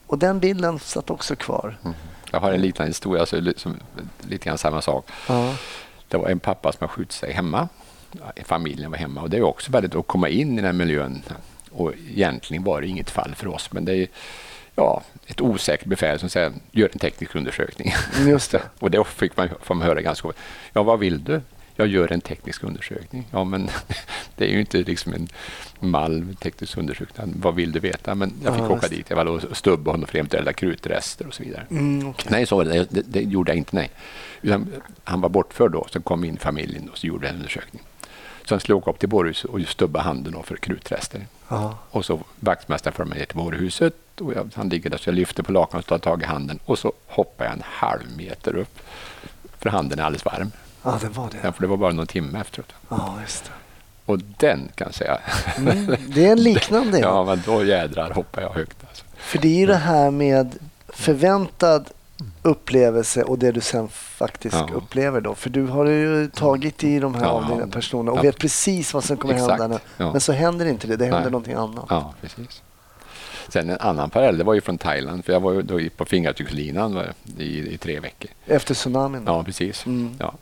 Och den bilden satt också kvar. Mm. Jag har en liten historia, alltså, liksom, lite grann samma sak. Ja. Det var en pappa som har skjutit sig hemma. Familjen var hemma. Och det är också väldigt att komma in i den här miljön. Och egentligen var det inget fall för oss. Men det är ja, ett osäkert befäl som säger, gör en teknisk undersökning. Just det. Och det fick man, får man höra ganska ofta. Ja, vad vill du? Jag gör en teknisk undersökning. Ja, men det är ju inte liksom en mall teknisk undersökning. Vad vill du veta? Men jag fick ja, åka dit. Jag var och stubba honom för eventuella krutrester och så vidare. Mm, okay. Nej, så var det. Det, det gjorde jag inte, nej. Utan han var bortförd då. Så kom in familjen och så gjorde en undersökning. Sen slog jag upp till bårhuset och stubba handen då för krutrester. Ja. Och så vaktmästaren för mig ner till bårhuset. Och jag, han ligger där så jag lyfter på lakan och tar tag i handen. Och så hoppar jag en halv meter upp. För handen är alldeles varm. Ja, det var det. Ja, för det var bara någon timme efteråt. Ja, just det. Och den kan jag säga. Mm, det är en liknande. Ja, men då jädrar hoppar jag högt. Alltså. För det är ju det här med förväntad upplevelse och det du sen faktiskt Ja. upplever då. För du har ju tagit i de här Ja. av dina personer och Ja. vet precis vad som kommer Exakt. hända. Ja. Men så händer inte det. Det händer Nej. någonting annat. Ja, precis. Sen en annan parallell, det var ju från Thailand. För jag var ju då på fingertryckslinan var det, i, i tre veckor. Efter tsunamin. Ja, precis. Mm. Ja.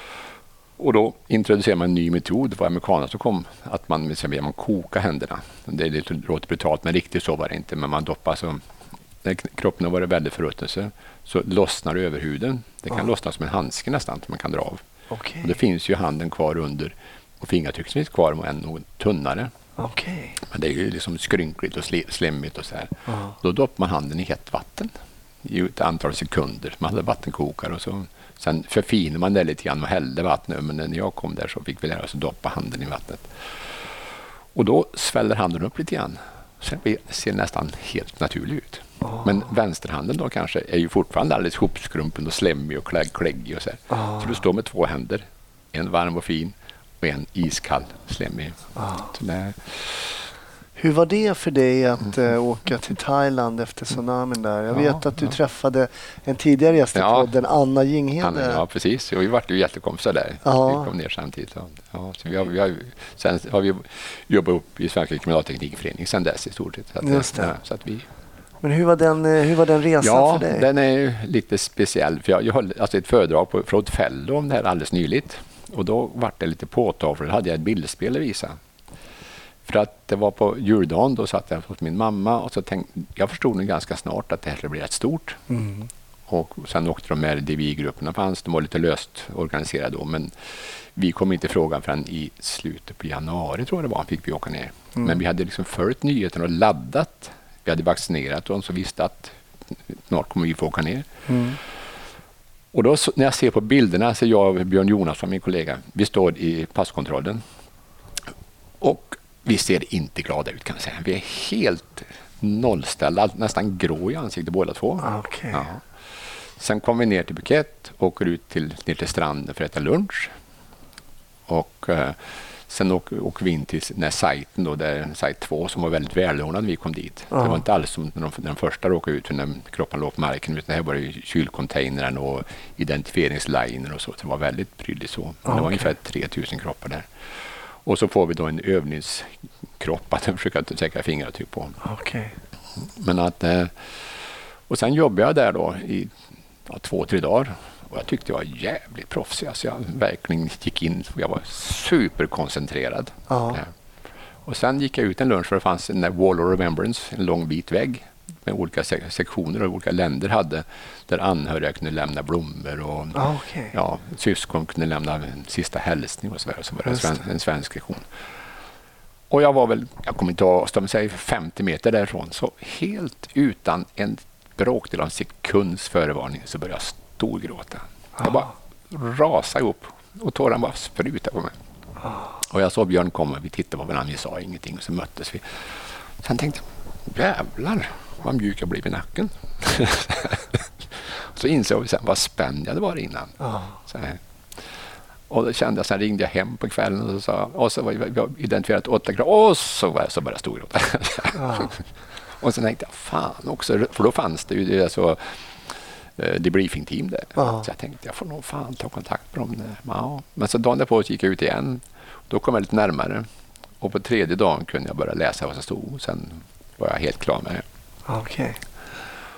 Och då introducerar man en ny metod för amerikanerna som kom. Att man, med man kokar händerna. Det är lite låter brutalt, men riktigt så var det inte. Men man doppar så. När kroppen har varit väldigt förruttelse så lossnar överhuden. Det kan Ja. lossna som en handske nästan som man kan dra av. Okej. Och det finns ju handen kvar under och fingertrycket finns kvar men något tunnare. Okej. Men det är ju liksom skrynkligt och sle- slemmigt och så här. Ja. Då doppar man handen i hett vatten i ett antal sekunder. Man hade vattenkokare och så. Sen förfinar man det lite grann och hällde vattnet. Men när jag kom där så fick vi lära oss att doppa handen i vattnet. Och då sväller handen upp lite grann. Så det ser nästan helt naturligt ut. Oh. Men vänsterhanden då kanske är ju fortfarande alldeles hopskrumpen och slemmig och klägg, kläggig och så här. Oh. Så du står med två händer. En varm och fin och en iskall, slemmig. Oh. Så det, Hur var det för dig att äh, åka till Thailand efter tsunamin där? Jag Ja, vet att du ja. träffade en tidigare gäst i Ja. podden, Anna Jinghede. Han, ja, precis. Och vi var ju jättekompisar där. Ja. Vi kom ner samtidigt. Ja, så vi har, vi har, sen har vi jobbat upp i Svenska kriminalteknikförening sen dess i stort sett. Så att, Just det. Ja, så att vi, Men hur var den, eh, hur var den resan ja, för dig? den är ju lite speciell. För jag, jag höll alltså ett föredrag på Frod Fellow om det här alldeles nyligt. Och då var det lite påtagligt. Då hade jag ett bildspel att visa. För att det var på juldagen, då satt jag hos min mamma och så tänkte, jag förstod nog ganska snart att det här skulle bli rätt stort. Mm. Och sen åkte de med D V I-grupperna fanns, de var lite löst organiserade då, men vi kom inte i frågan förrän i slutet på januari tror jag det var, fick vi åka ner. Mm. Men vi hade liksom följt nyheten och laddat, vi hade vaccinerat och så visste att snart kommer vi få åka ner. Mm. Och då när jag ser på bilderna så jag och Björn Jonasson, min kollega, vi står i passkontrollen och vi ser inte glada ut kan jag säga. Vi är helt nollställda, nästan grå i ansiktet båda två. Okay. Ja. Sen kom vi ner till Phuket och åker ut till, ner till stranden för att äta lunch. Och eh, sen åker, åker vi in till den här sajten då, där sajt två som var väldigt välordnad när vi kom dit. Ja. Det var inte alls som när de, när de första råkade ut för när kroppen låg på marken, utan det här var ju kylcontainern och identifieringsliner och så. Det var väldigt prydligt så. Ja, det var okay. ungefär tre tusen kroppar där. Och så får vi då en övningskropp att försöka säkra fingeravtryck på. Okay. Men att, eh, och sen jobbade jag där då i ja, två, tre dagar. Och jag tyckte jag var jävligt proffsig. Alltså jag verkligen gick in och jag var superkoncentrerad. Ja. Ja. Och sen gick jag ut en lunch för det fanns en Wall of Remembrance, en lång vit vägg med olika se- sektioner och olika länder hade. Där anhöriga kunde lämna blommor och Ah, okay. ja, syskon kunde lämna en sista hälsning och så vidare. Så var det en, sven- en svensk sektion. Och jag var väl, jag kommer inte ihåg, de säger femtio meter därifrån. Så helt utan en bråkdel av en sekunds förevarning så började jag storgråta. Ah. Jag bara rasade upp och tårarna bara sprutade på mig. Ah. Och jag såg Björn komma, vi tittade på varandra, vi sa ingenting och så möttes vi. Sen tänkte jag, jävlar vad mjuk jag blev i nacken. Så insåg vi sen vad spänd jag var innan. Ah. Så här. Och då kände jag, sen ringde jag hem på kvällen och så sa, och så var jag identifierat åtta grader och så var jag så bara storgråta. Ah. Och sen tänkte jag, fan också, för då fanns det ju det så debriefing-team där. Ah. Så jag tänkte, jag får nog fan ta kontakt med dem. Ja. Men så dagen därpå gick jag ut igen. Då kom jag lite närmare. Och på tredje dagen kunde jag börja läsa vad som stod. Sen var jag helt klar med det. Okay.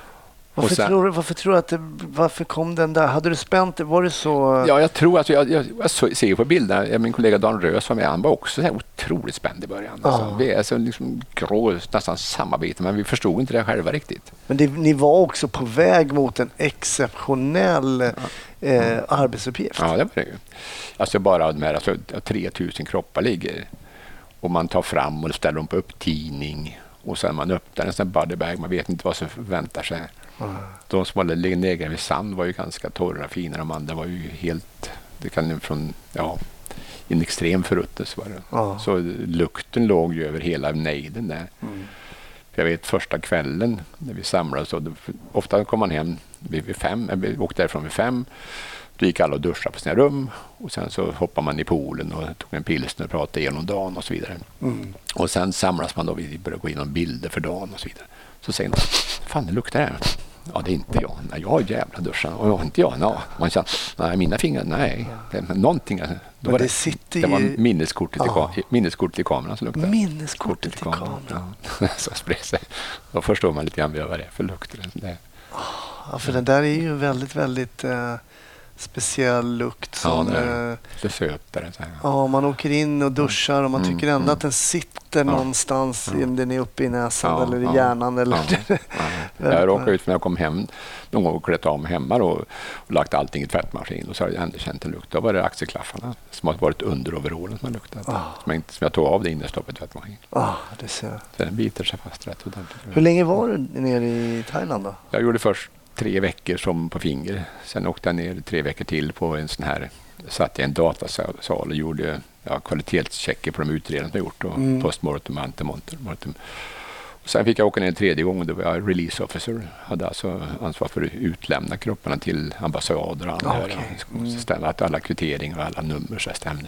Varför, sen, tror, du, varför tror du att det, varför kom den där? Hade du spänt det? Var det så? Ja, jag tror att jag, jag, jag ser ju på bilderna, min kollega Dan Rös var med, han var också så här otroligt spänd i början. Ja. Alltså, vi är så liksom grå, nästan samarbete, men vi förstod inte det själva riktigt. Men det, ni var också på väg mot en exceptionell ja. eh, arbetsuppgift. Ja, det var det ju. Alltså bara de här, alltså, tre tusen kroppar ligger och man tar fram och ställer dem på upptidning och sen man öppnar en sån bodybag, man vet inte vad som förväntar sig. Mm. De som hade legat vid sand var ju ganska torra, fina. De andra var ju helt, det kan från, ja, en extrem förruttelse var det. Mm. Så lukten låg ju över hela nejden där. Mm. Jag vet första kvällen när vi samlades, och ofta kom man hem vid fem, vi åkte därifrån vid fem. Då gick alla och duschade på sina rum och sen så hoppade man i poolen och tog en pilsner och pratade igenom dagen och så vidare. Mm. Och sen samlas man då, vi började gå igenom bilder för dagen och så vidare. Så säger man, fan det luktar det här. Ja, det är inte jag. Nej, jag har jävla duschat. Och jag, inte jag. No. Man känner, nej, mina fingrar, nej. Det, men någonting. Då var det, det, det var minneskortet, ja. i, minneskortet i kameran som luktade. Minneskortet i kameran. Ja. Så spred sig. Då förstår man lite grann vad det är för lukt. Det. Ja, för det där är ju väldigt, väldigt eh, speciell lukt. Som, ja, det är lite sötare. Så här. Ja, man åker in och duschar och man mm, tycker ändå mm. att den sitter ja. någonstans. Ja. Den är uppe i näsan ja, eller i ja, hjärnan. Eller ja, ja. Jag råkade ut när jag kom hem någon gång och klätt av mig hemma och, och lagt allting i tvättmaskin. Och så har jag ändå känt en lukt. Då var det axelklaffarna som har varit under overallen som har luktat. Ja. Som, jag, som jag tog av det innan jag stoppade i tvättmaskin. Ja, det ser jag. Så den biter sig fast rätt ordentligt. Hur länge var du nere i Thailand då? Jag gjorde först tre veckor som på finger. Sen åkte jag ner tre veckor till på en sån här, satt i en datasal och gjorde ja, kvalitetschecker på de utredarna som jag gjort och mm. postmortem och antemortem. Och sen fick jag åka ner en tredje gång och då var jag release officer. Hade alltså ansvar för att utlämna kropparna till ambassader och andra. Okay. Mm. Ställa att alla kvitteringar och alla nummer så stämde.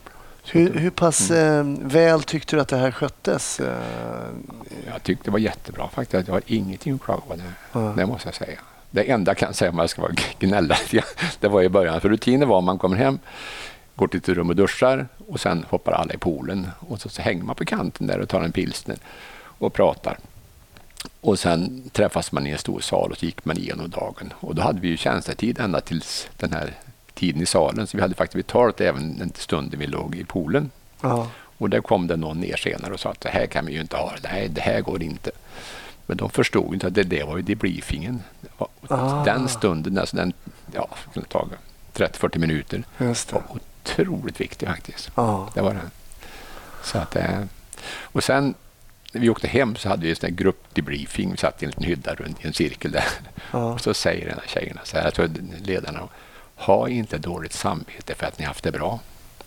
Hur, hur pass mm. eh, väl tyckte du att det här sköttes? Eh? Jag tyckte det var jättebra faktiskt. Jag har ingenting att klaga på det. Mm. Det måste jag säga. Det enda jag kan säga om jag ska vara gnälla, det var i början. För rutinen var att man kommer hem, går till ett rum och duschar och sen hoppar alla i poolen. Och så, så hänger man på kanten där och tar en pilsner och pratar. Och sen träffas man i en stor sal och så gick man igenom dagen. Och då hade vi ju tjänstetid ända tills den här tiden i salen. Så vi hade faktiskt betalat även en stund vi låg i poolen. Ja. Och där kom det någon ner senare och sa att det här kan vi ju inte ha. Nej, det här går inte. Men de förstod inte att det, det var ju debriefingen. Ah. Den stunden, alltså den, ja, trettio till fyrtio minuter, Just det. var otroligt viktig faktiskt. Ah. Det var det. Så att, och sen när vi åkte hem så hade vi en sån här gruppdebriefing. Vi satt i en liten hydda runt i en cirkel där. Ah. Och så säger den här tjejerna, så här, så ledarna, ha inte dåligt samvete för att ni haft det bra.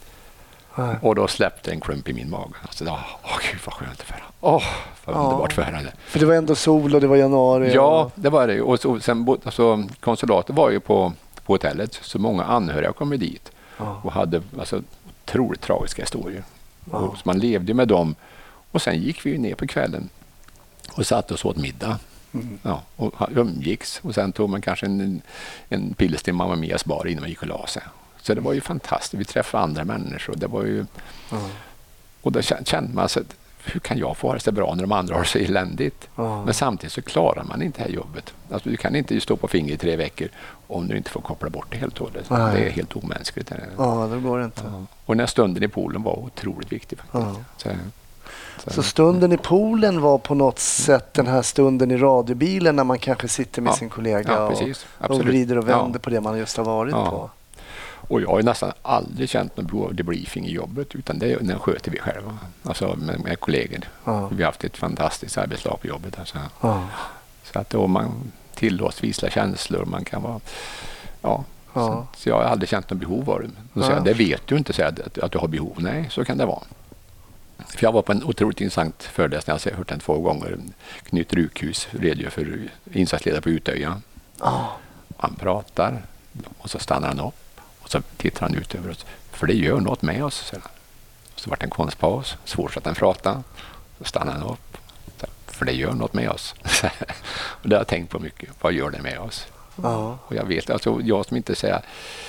Nej. Och då släppte en klump i min mage. Alltså, åh, oh, gud vad skönt för. Åh, oh, vad ja. underbart för henne. För det var ändå sol och det var januari. Ja, och... det var det. Och så, sen, alltså, konsulatet var ju på, på hotellet. Så många anhöriga kom dit. Ja. Och hade alltså, otroligt tragiska historier. Ja. Och, så man levde med dem. Och sen gick vi ju ner på kvällen. Och satt och åt middag. Mm. Ja, och umgicks. Och sen tog man kanske en, en pilsner till Mamma Mias bar innan man gick och la sig. Så det var ju fantastiskt. Vi träffade andra människor. Det var ju, mm. Och då kände man sig, hur kan jag få ha det så bra när de andra har det så eländigt? Mm. Men samtidigt så klarar man inte det här jobbet. Alltså, du kan inte stå på finger i tre veckor om du inte får koppla bort det helt och hållet. Mm. Det är helt omänskligt. Ja, det går inte. Ja. Och den stunden i poolen var otroligt viktig faktiskt. Mm. Så, så. så stunden i poolen var på något sätt den här stunden i radiobilen när man kanske sitter med ja. sin kollega ja, precis. och, och vrider och vänder ja. på det man just har varit ja. på. Och jag har ju nästan aldrig känt någon behov av debriefing i jobbet utan det den sköter vi själva. Alltså med, med kollegor. Ja. Vi har haft ett fantastiskt arbetslag på jobbet. Alltså. Ja. Så att då man tillåts visa känslor man kan vara... Ja. Ja. Så, så jag har aldrig känt någon behov av det. Och säga, ja. Det vet du inte, säga att, att du har behov. Nej, så kan det vara. För jag var på en otroligt intressant föreläsning. Jag har hört den två gånger. Knut Rukhus redogör för insatsledare på Utöja. Ja. Han pratar och så stannar han upp. Och så tittar han ut över oss. För det gör något med oss. Så, så var det en konstpaus. Så fortsatte han prata. Så stannade han upp. Så, för det gör något med oss. Och det har jag tänkt på mycket. Vad gör det med oss? Ja. Och jag vet, alltså jag som inte säger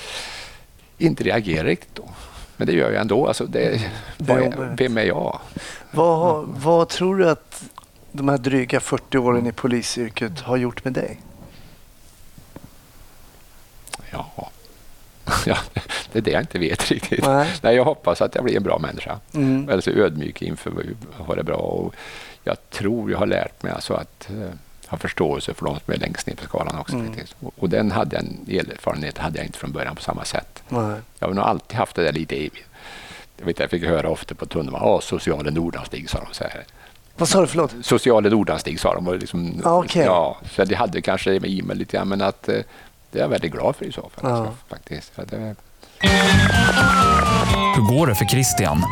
inte reagerar riktigt då. Men det gör jag ändå. Alltså det, vad är, vem är jag? Vad, vad tror du att de här dryga fyrtio åren i polisyrket har gjort med dig? Ja. Ja, det är det jag inte vet riktigt. Nej. Nej, jag hoppas att jag blir en bra människa. Mm. Eller så ödmjuk inför att ha det bra. Och jag tror jag har lärt mig alltså att uh, ha förståelse för de som är längst ner på skalan också. Mm. Och, och den hade jag, en erfarenhet hade jag inte från början på samma sätt. Nej. Jag har nog alltid haft det där lite i. Jag vet jag fick höra ofta på tunnelbanan, ja, sociala Nordanstig, sa de så här. Vad sa du, förlåt? Sociala Nordanstig, sa de. Och liksom, ah, okay. Ja, så det hade kanske med i mig lite grann, men att uh, det är jag väldigt glad för i så fall. Ja. Alltså, faktiskt. För det... Hur går det för Christian?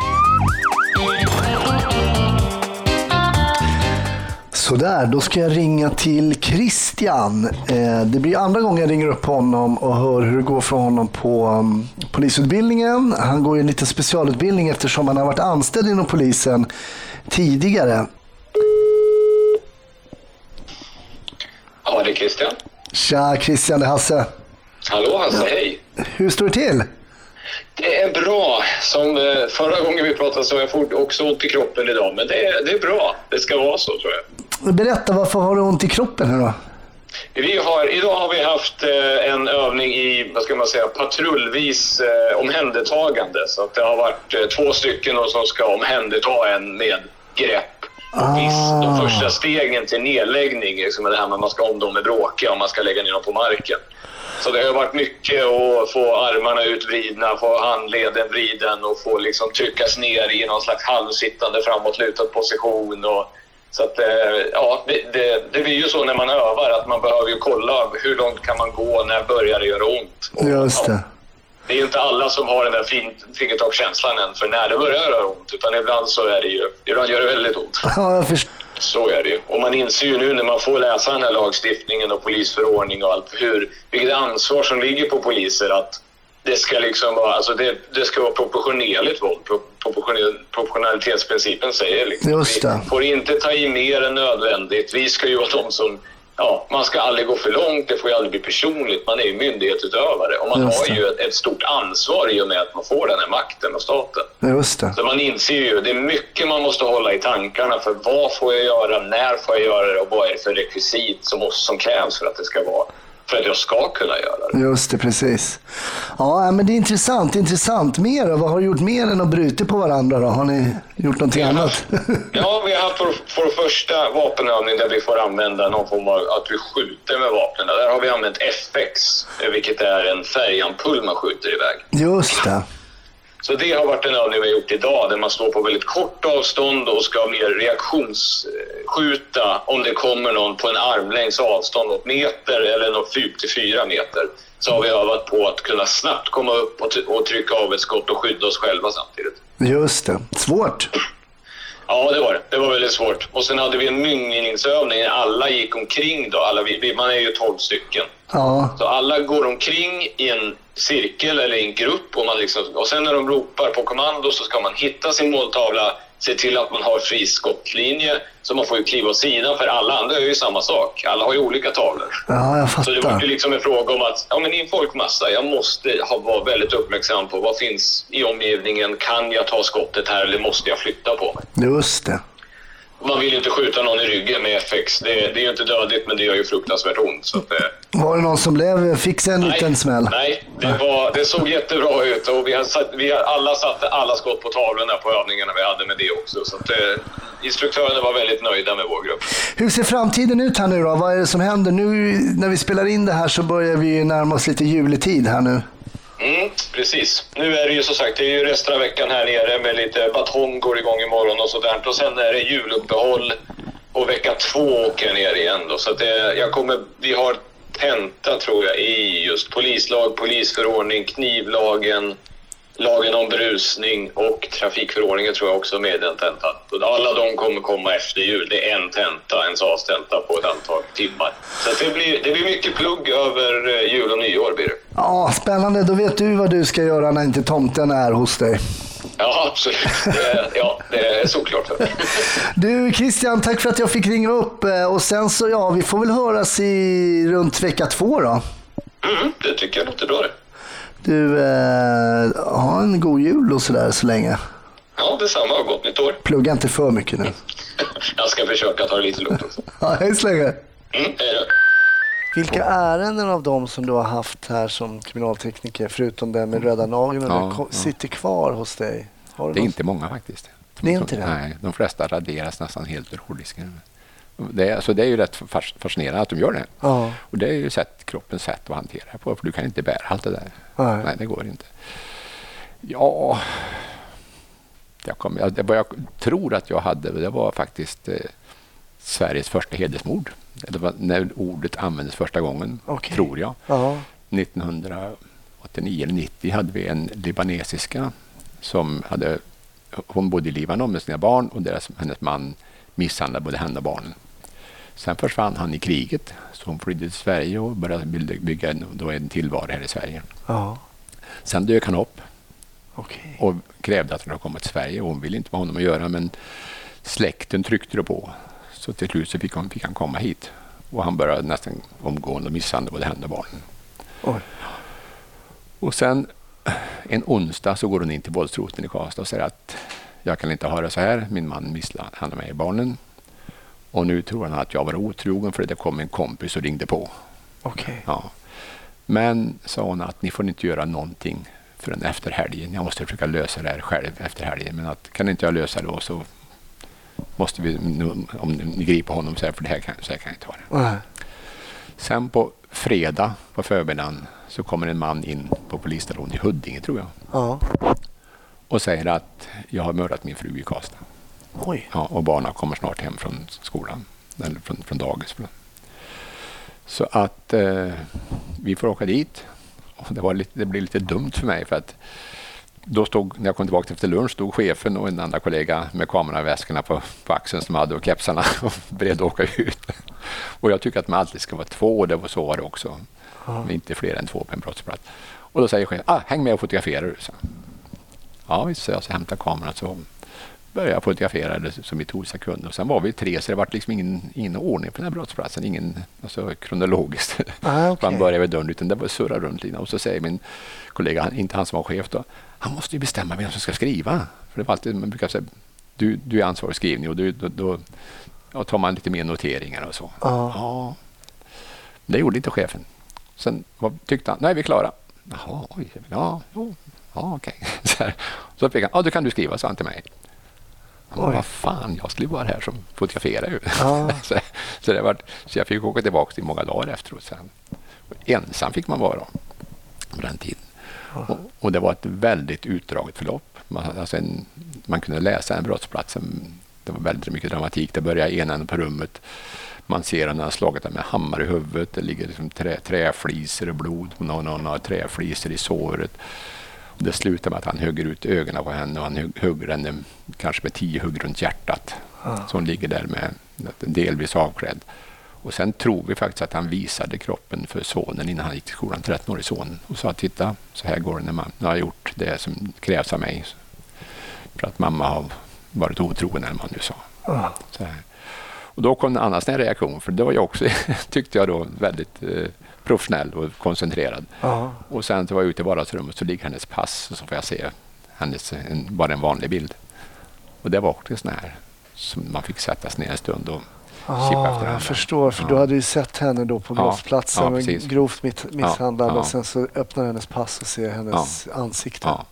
Så där, då ska jag ringa till Christian. Eh, det blir andra gången jag ringer upp honom och hör hur det går för honom på um, polisutbildningen. Han går ju en liten specialutbildning eftersom han har varit anställd inom polisen tidigare. Ja, det är Christian. Tja Christian, det är Hasse. Hallå Hasse, hej. Hur står det till? Det är bra. Som eh, förra gången vi pratade så har jag fått också ont i kroppen idag. Men det är, det är bra. Det ska vara så, tror jag. Berätta, varför har du ont i kroppen nu då? Vi har, idag har vi haft eh, en övning i, vad ska man säga, patrullvis eh, omhändertagande. Så att det har varit eh, två stycken då, som ska omhänderta en med grepp. Och viss, de första stegen till nedläggning, liksom det här med att man ska om dem med bråka och man ska lägga ner dem på marken. Så det har varit mycket att få armarna utvridna, få handleden vriden och få liksom tryckas ner i någon slags halvsittande framåtlutad position. Och, så att, ja, det, det, det blir ju så när man övar att man behöver ju kolla hur långt kan man gå, när börjar det göra ont. Och, Just det. Ja, det är ju inte alla som har den där fin, fingertoppskänslan än för när det börjar göra ont, utan ibland så är det ju, ibland gör det väldigt ont. Ja, jag förstår. Så är det ju. Och man inser ju nu när man får läsa den här lagstiftningen och polisförordning och allt, hur, vilket ansvar som ligger på poliser att det ska liksom vara, alltså det, det ska vara proportionerligt våld. Proportionell, proportionalitetsprincipen säger liksom. Just det. Vi får inte ta i mer än nödvändigt. Vi ska ju vara de som, ja, man ska aldrig gå för långt, det får ju aldrig bli personligt. Man är ju myndighetsutövare och man har ju ett, ett stort ansvar i och med att man får den här makten av staten. Just det. Så man inser ju, det är mycket man måste hålla i tankarna för vad får jag göra, när får jag göra det och vad är det för rekvisit som, som krävs för att det ska vara, för att jag ska kunna göra det. Just det, precis. Ja, men det är intressant, intressant. Mer då? Vad har du gjort mer än att bryta på varandra då? Har ni gjort någonting annat? Ja, vi har haft vår, vår första vapenövning där vi får använda någon form av att vi skjuter med vapnen. Där har vi använt F X, vilket är en färgampull man skjuter iväg. Just det. Så det har varit en övning vi har gjort idag där man står på väldigt kort avstånd och ska mer reaktionsskjuta om det kommer någon på en armlängds avstånd, något meter eller något fyra till fyra meter. Så har vi övat på att kunna snabbt komma upp och, t- och trycka av ett skott och skydda oss själva samtidigt. Just det. Svårt. Ja, det var det. Det var väldigt svårt. Och sen hade vi en myngningsövning. Alla gick omkring då. Alla, vi, man är ju tolv stycken. Ja. Så alla går omkring i en cirkel eller i en grupp. Och, man liksom, och sen när de ropar på kommando så ska man hitta sin måltavla. Se till att man har fri skottlinje. Så man får ju kliva åt sidan. För alla andra är ju samma sak. Alla har ju olika tavlor. Ja, jag Så det var fattar. ju liksom en fråga om att ja, men i en folkmassa, jag måste ha, vara väldigt uppmärksam på vad finns i omgivningen. Kan jag ta skottet här eller måste jag flytta på mig? Just det. Man vill ju inte skjuta någon i ryggen med F X. Det, det är ju inte dödligt, men det gör ju fruktansvärt ont. Så att det... Var det någon som blev, fick sig en nej, liten smäll? Nej, det, var, det såg jättebra ut. Och vi, har satt, vi har alla satte alla skott på tavlorna på övningarna vi hade med det också. Så att det, instruktörerna var väldigt nöjda med vår grupp. Hur ser framtiden ut här nu då? Vad är det som händer? Nu när vi spelar in det här så börjar vi ju närma oss lite juletid här nu. Mm, precis. Nu är det ju så sagt, det är ju resten av veckan här nere med lite batong går igång imorgon och sådär. Och sen är det juluppehåll och vecka två åker jag ner igen då. Så att det, jag kommer, vi har tenta tror jag i just polislag, polisförordning, knivlagen, lagen om brusning och trafikförordningen tror jag också med den tentan. Alla de kommer komma efter jul. Det är en tenta, en S A S-tenta på ett antal timmar. Så det blir, det blir mycket plugg över jul och nyår blir det. Ja, spännande. Då vet du vad du ska göra när inte tomten är hos dig. Ja, absolut. Det är, ja, det är såklart. Du Christian, tack för att jag fick ringa upp. Och sen så, ja, vi får väl höras i runt vecka två då. Mm, det tycker jag låter bra det. Du, eh, ha en god jul och sådär så länge. Ja, detsamma och gott nytt år. Plugga inte för mycket nu. Jag ska försöka ta det lite lugnt också. Ja, hej så länge. Mm, hej då. Vilka ärenden av dem som du har haft här som kriminaltekniker, förutom den med röda nageln, Ja, ko- ja. sitter kvar hos dig? Har du Det är någon- inte många faktiskt. Det är inte det? Nej, de flesta raderas nästan helt ur hårddisken. Det är, alltså det är ju rätt fas- fascinerande att de gör det. Ja. Och det är ju sätt, kroppens sätt att hantera det på, för du kan inte bära allt det där. Nej. Nej, det går inte. Ja, jag, kom, jag, det var jag tror att jag hade, det var faktiskt eh, Sveriges första hedersmord. Det var när ordet användes första gången, Okej. tror jag. Ja. nittonhundraåttionio eller nittio hade vi en libanesiska som hade, hon bodde i Libanon med sina barn och deras, hennes man misshandlade både henne och barnen. Sen försvann han i kriget, så hon flydde till Sverige och började bygga en, då en tillvaro här i Sverige. Ja. Sen dök han upp Okej. och krävde att han hade kommit till Sverige. Hon ville inte med honom att göra, men släkten tryckte det på. Så till slut så fick han, fick han komma hit. Och han började nästan omgående misshandla både henne och barnen. Oj. Och sen en onsdag så går hon in till våldsroteln i Karlstad och säger att jag kan inte ha det så här. Min man misshandlade mig i barnen. Och nu tror han att jag var otrogen för det kom en kompis och ringde på. Okej. Ja. Men sa hon att ni får inte göra någonting förrän efter helgen. Jag måste försöka lösa det här själv efter helgen. Men att kan inte jag lösa det då så måste vi, om ni griper honom så här, för det här kan, så här kan jag inte ha det. Nej. Sen på fredag på förmiddagen så kommer en man in på polisstationen i Huddinge, tror jag. Ja. Och säger att jag har mördat min fru i Karlstad. Oj. Ja, och barnen kommer snart hem från skolan. Eller från, från dagis. Så att eh, vi får åka dit. Och det, var lite, det blev lite dumt för mig för att då stod, när jag kom tillbaka efter lunch, stod chefen och en annan kollega med kameraväskorna på, på axeln som hade och kepsarna och beredda att åka ut. Och jag tycker att man alltid ska vara två, och det var så var det också. Ja. Men inte fler än två på en brottsplats. Och då säger chefen, ah, häng med och fotografera du. Så. Ja, visst, så jag så hämtade kameran så började jag fotografera det som i tog sekunder. Och sen var vi tre, så det var liksom ingen, ingen ordning på den här brottsplatsen, ingen alltså, kronologiskt. Ah, okay. Man började vid dörren, utan det var surra runt lite. Och så säger min kollega, inte han som var chef då, han måste ju bestämma vem som ska skriva. För det var alltid, man brukar säga, du, du är ansvarig skrivning och du, då, då ja, tar man lite mer noteringar och så. Ah. Ja. Det gjorde inte chefen. Sen vad, tyckte han, nej vi är klara. Jaha, oj, ja, jo, ja okej. Så, så fick han, ja du kan du skriva, sa han till mig. Ja, vad fan, jag skulle vara här som fotograferare. Ah. så, så, det var, så jag fick åka tillbaka till många dagar efteråt. Sen. Ensam fick man vara på den tiden. Ah. Och, och det var ett väldigt utdraget förlopp. Man, alltså en, man kunde läsa en brottsplats. Det var väldigt mycket dramatik. Det började ena på rummet. Man ser att han har slagit med hammare i huvudet. Det ligger liksom trä, träfliser och blod. Någon, någon har träfliser i såret. Det slutar med att han hugger ut ögonen på henne och han hugger henne kanske med tio hugg runt hjärtat. Ah. Så hon ligger där med delvis avklädd. Och sen tror vi faktiskt att han visade kroppen för sonen innan han gick till skolan, tretton-årig son. Och sa, titta, så här går det när man har gjort det som krävs av mig. För att mamma har varit otrogen, eller man nu sa. Ah. Så här. Och då kom en annan sån reaktion, för det var jag också, tyckte jag då, väldigt eh, professionell och koncentrerad. Aha. Och sen så var jag ute i vardagsrummet, så ligger hennes pass och så får jag se hennes, en, bara en vanlig bild. Och det var också sån här som man fick sätta sig ner en stund och kippa efter henne. Jag förstår, för ja. Du hade ju sett henne då på brottsplatsen, ja, ja, grovt misshandlad ja, ja. Och sen så öppnar hennes pass och ser hennes ja. ansikte. Ja.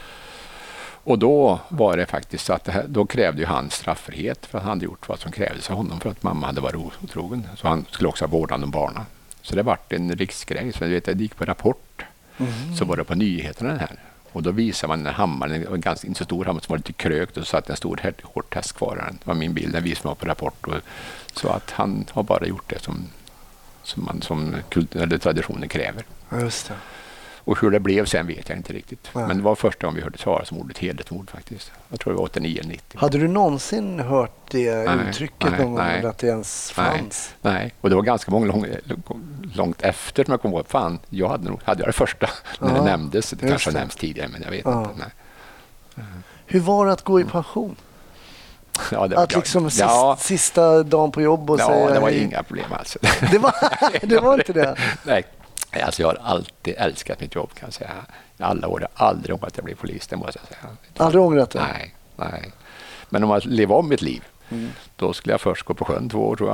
Och då var det faktiskt så att det här, då krävde ju han straffrihet för att han hade gjort vad som krävdes av honom för att mamma hade varit otrogen. Så han skulle också ha vårdnad om barnen. Så det var en riksgrej. Så jag vet, jag gick på Rapport, mm. så var det på nyheterna den här. Och då visade man en hammare, en ganska inte så stor hammare som var lite krökt, och så satt en stor hårtest kvar. Det var min bild, den visade man på Rapport. Och så att han har bara gjort det som, som, man, som kult, eller traditionen kräver. Just det. Och hur det blev sen vet jag inte riktigt. Nej. Men det var första gången vi hörde talas om ordet hedersmord faktiskt. Jag tror det var åttionio nittio. Hade du någonsin hört det nej, uttrycket nej, någon gång, nej, att det ens fanns? Nej, nej. Och det var ganska många lång, långt efter som jag kom ihåg. Fan, jag hade, nog, hade jag det första när ja, det nämndes. Det kanske har nämnts tidigare, men jag vet ja. inte. Nej. Mm. Hur var det att gå i pension? Ja, det var, att liksom ja, sista, ja, sista dagen på jobb och ja, säga... Ja, det var hej. inga problem alls. Det var, det var inte det? Nej. Alltså jag har alltid älskat mitt jobb, kan jag säga. I alla år har jag aldrig ångrat att jag blev polis, det måste jag säga. Aldrig ångrat det? Nej, nej. Men om jag lever om mitt liv, mm. då skulle jag först gå på sjön två år tror jag.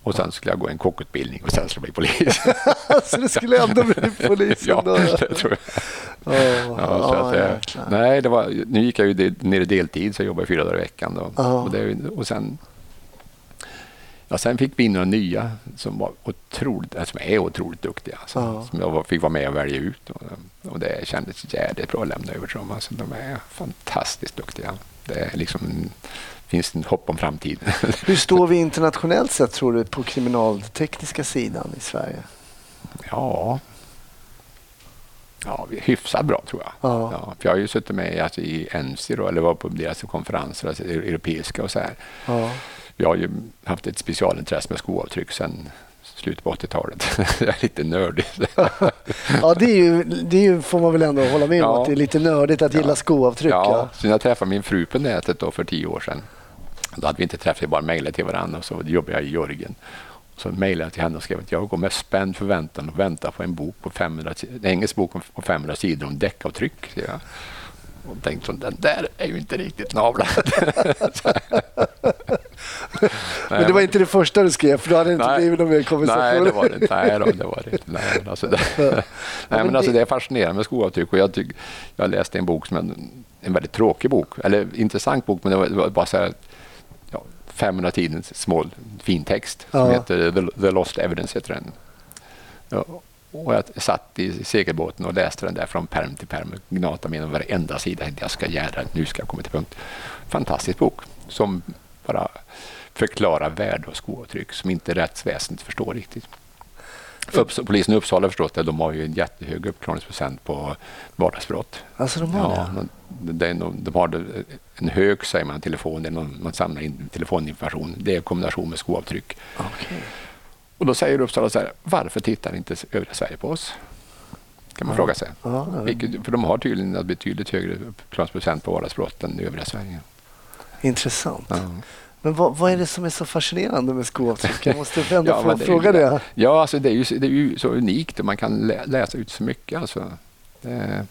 Och sen skulle jag gå en kockutbildning och sen skulle jag bli polis. Så det skulle ändå bli polisen ja, då? det tror jag. Oh, ja, så oh, att, ja, nej, det var, nu gick jag ju ner i deltid så jag jobbade fyra dagar i veckan. Då. Oh. Och, det, och sen, ja, sen fick vi in några nya som var otroligt, som är otroligt duktiga. Alltså, oh. Som jag fick vara med och välja ut. Och, och det kändes jävligt bra att lämna över till dem. Alltså, de är fantastiskt duktiga. Det är liksom... finns det hopp om framtiden. Hur står vi internationellt sett, tror du, på kriminaltekniska sidan i Sverige? Ja, ja vi är hyfsat bra, tror jag. Ja. Ja, för jag har ju suttit med alltså, i N C då, eller var på deras konferenser, alltså, europeiska och så här. Ja. Vi har ju haft ett specialintresse med skoavtryck sedan slutet på åttiotalet. Jag är lite nördig. Ja, det är, ju, det är ju, får man väl ändå hålla med om, ja. Att det är lite nördigt att gilla ja. skoavtryck. Ja, ja. Så jag träffade min fru på nätet då för tio år sedan. Då hade vi inte träffat, bara mejlat till varandra, och så jobbade jag i Jörgen. Så mejlade jag till henne och skrev att jag går med spänd förväntan och väntar på en bok på femhundra, en engelsk bok på femhundra sidor om däckavtryck. Så jag och tänkte, den där är ju inte riktigt navlad. Men det var inte det första du skrev, för då hade det inte blivit någon mer konversation. Nej, det var det inte. Nej, då, det var det inte. Nej, alltså, det, nej, men det... alltså, det är fascinerande med skoavtryck. Och jag, tyck, jag läste en bok som en, en väldigt tråkig bok, eller intressant bok, men det var, det var bara så här, ja, femhundra tidens små fin text som ja. heter The, The Lost Evidence heter den. Ja. Och jag satt i segelbåten och läste den där från perm till perm och gnatade med varenda sida. Jag ska göra, nu ska jag komma till punkt. Fantastisk bok som bara förklarar värde och skoavtryck som inte rättsväsendet förstår riktigt. För polisen i Uppsala förstås det, de har ju en jättehög uppklaringsprocent på vardagsbrott. Alltså de har ja, det? De, de, de har en hög, säger man, telefon, det är någon, man samlar in telefoninformation. Det är en kombination med skoavtryck. Okay. Och då säger Uppsala så här, varför tittar inte övriga Sverige på oss? Kan man ja. fråga sig. Ja, ja. Vilket, för de har tydligen en betydligt högre uppklaringsprocent på vardagsbrott än övriga Sverige. Intressant. Ja. Men vad, vad är det som är så fascinerande med skoavtryck? Jag måste ändå ja, få det fråga ju, det. Ja, alltså det är ju, det är ju så unikt och man kan lä, läsa ut så mycket. Alltså. Det,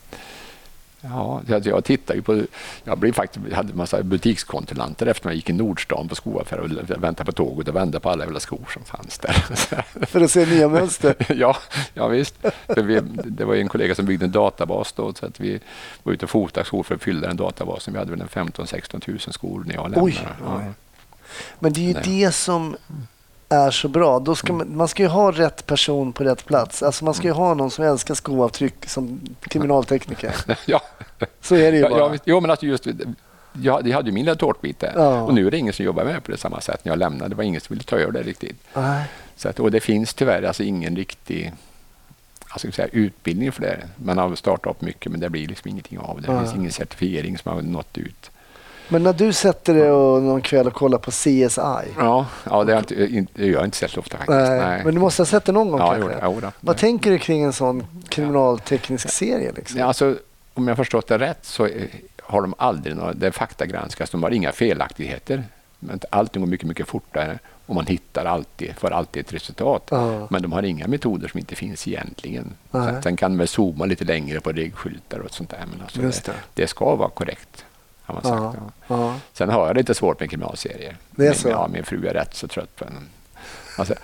ja, jag tittar ju på, jag blev faktiskt, jag hade en massa butikskontrollanter efter att jag gick i Nordstan på skoaffär och väntade på tåget och vände på alla jävla skor som fanns där. För att se nya mönster? ja, ja, visst. För vi, det var ju en kollega som byggde en databas då, så att vi var ute och fotade skor för att fylla den databasen. Vi hade väl en femton sexton tusen skor när jag lämnade. Oj, ja. Men det är ju Nej. det som är så bra. Då ska man, man ska ju ha rätt person på rätt plats. Alltså man ska ju ha någon som älskar skoavtryck som kriminaltekniker. ja. Så är det ju bara. Ja, jo, men alltså just, jag, jag hade ju min lilla tårtbit där. Ja. Och nu är det ingen som jobbar med på det samma sätt när jag lämnade. Det var ingen som ville ta över det riktigt. Nej. Så att, och det finns tyvärr alltså ingen riktig alltså, säga, utbildning för det. Man har startat upp mycket men det blir liksom ingenting av det. Det ja. finns ingen certifiering som har nått ut. Men när du sätter dig och någon kväll och kollar på C S I. Ja, ja det, är inte, det gör jag inte så ofta faktiskt. Nej, Nej. Men du måste ha sett det någon gång ja, kanske. Jo, jo, Vad tänker du kring en sån kriminalteknisk serie? Liksom? Ja, alltså, om jag förstått det rätt så har de aldrig några, det är faktagranskas, de har inga felaktigheter. Men allting går mycket, mycket fortare och man hittar alltid, får alltid ett resultat. Ja. Men de har inga metoder som inte finns egentligen. Sen, sen kan man zooma lite längre på regskyltar och sånt där. Men alltså det, det. det ska vara korrekt. Har man sagt, ja, ja. Ja. Sen har jag lite svårt med kriminalserier. Det är så. Min, ja, min fru är rätt så trött på den. Alltså,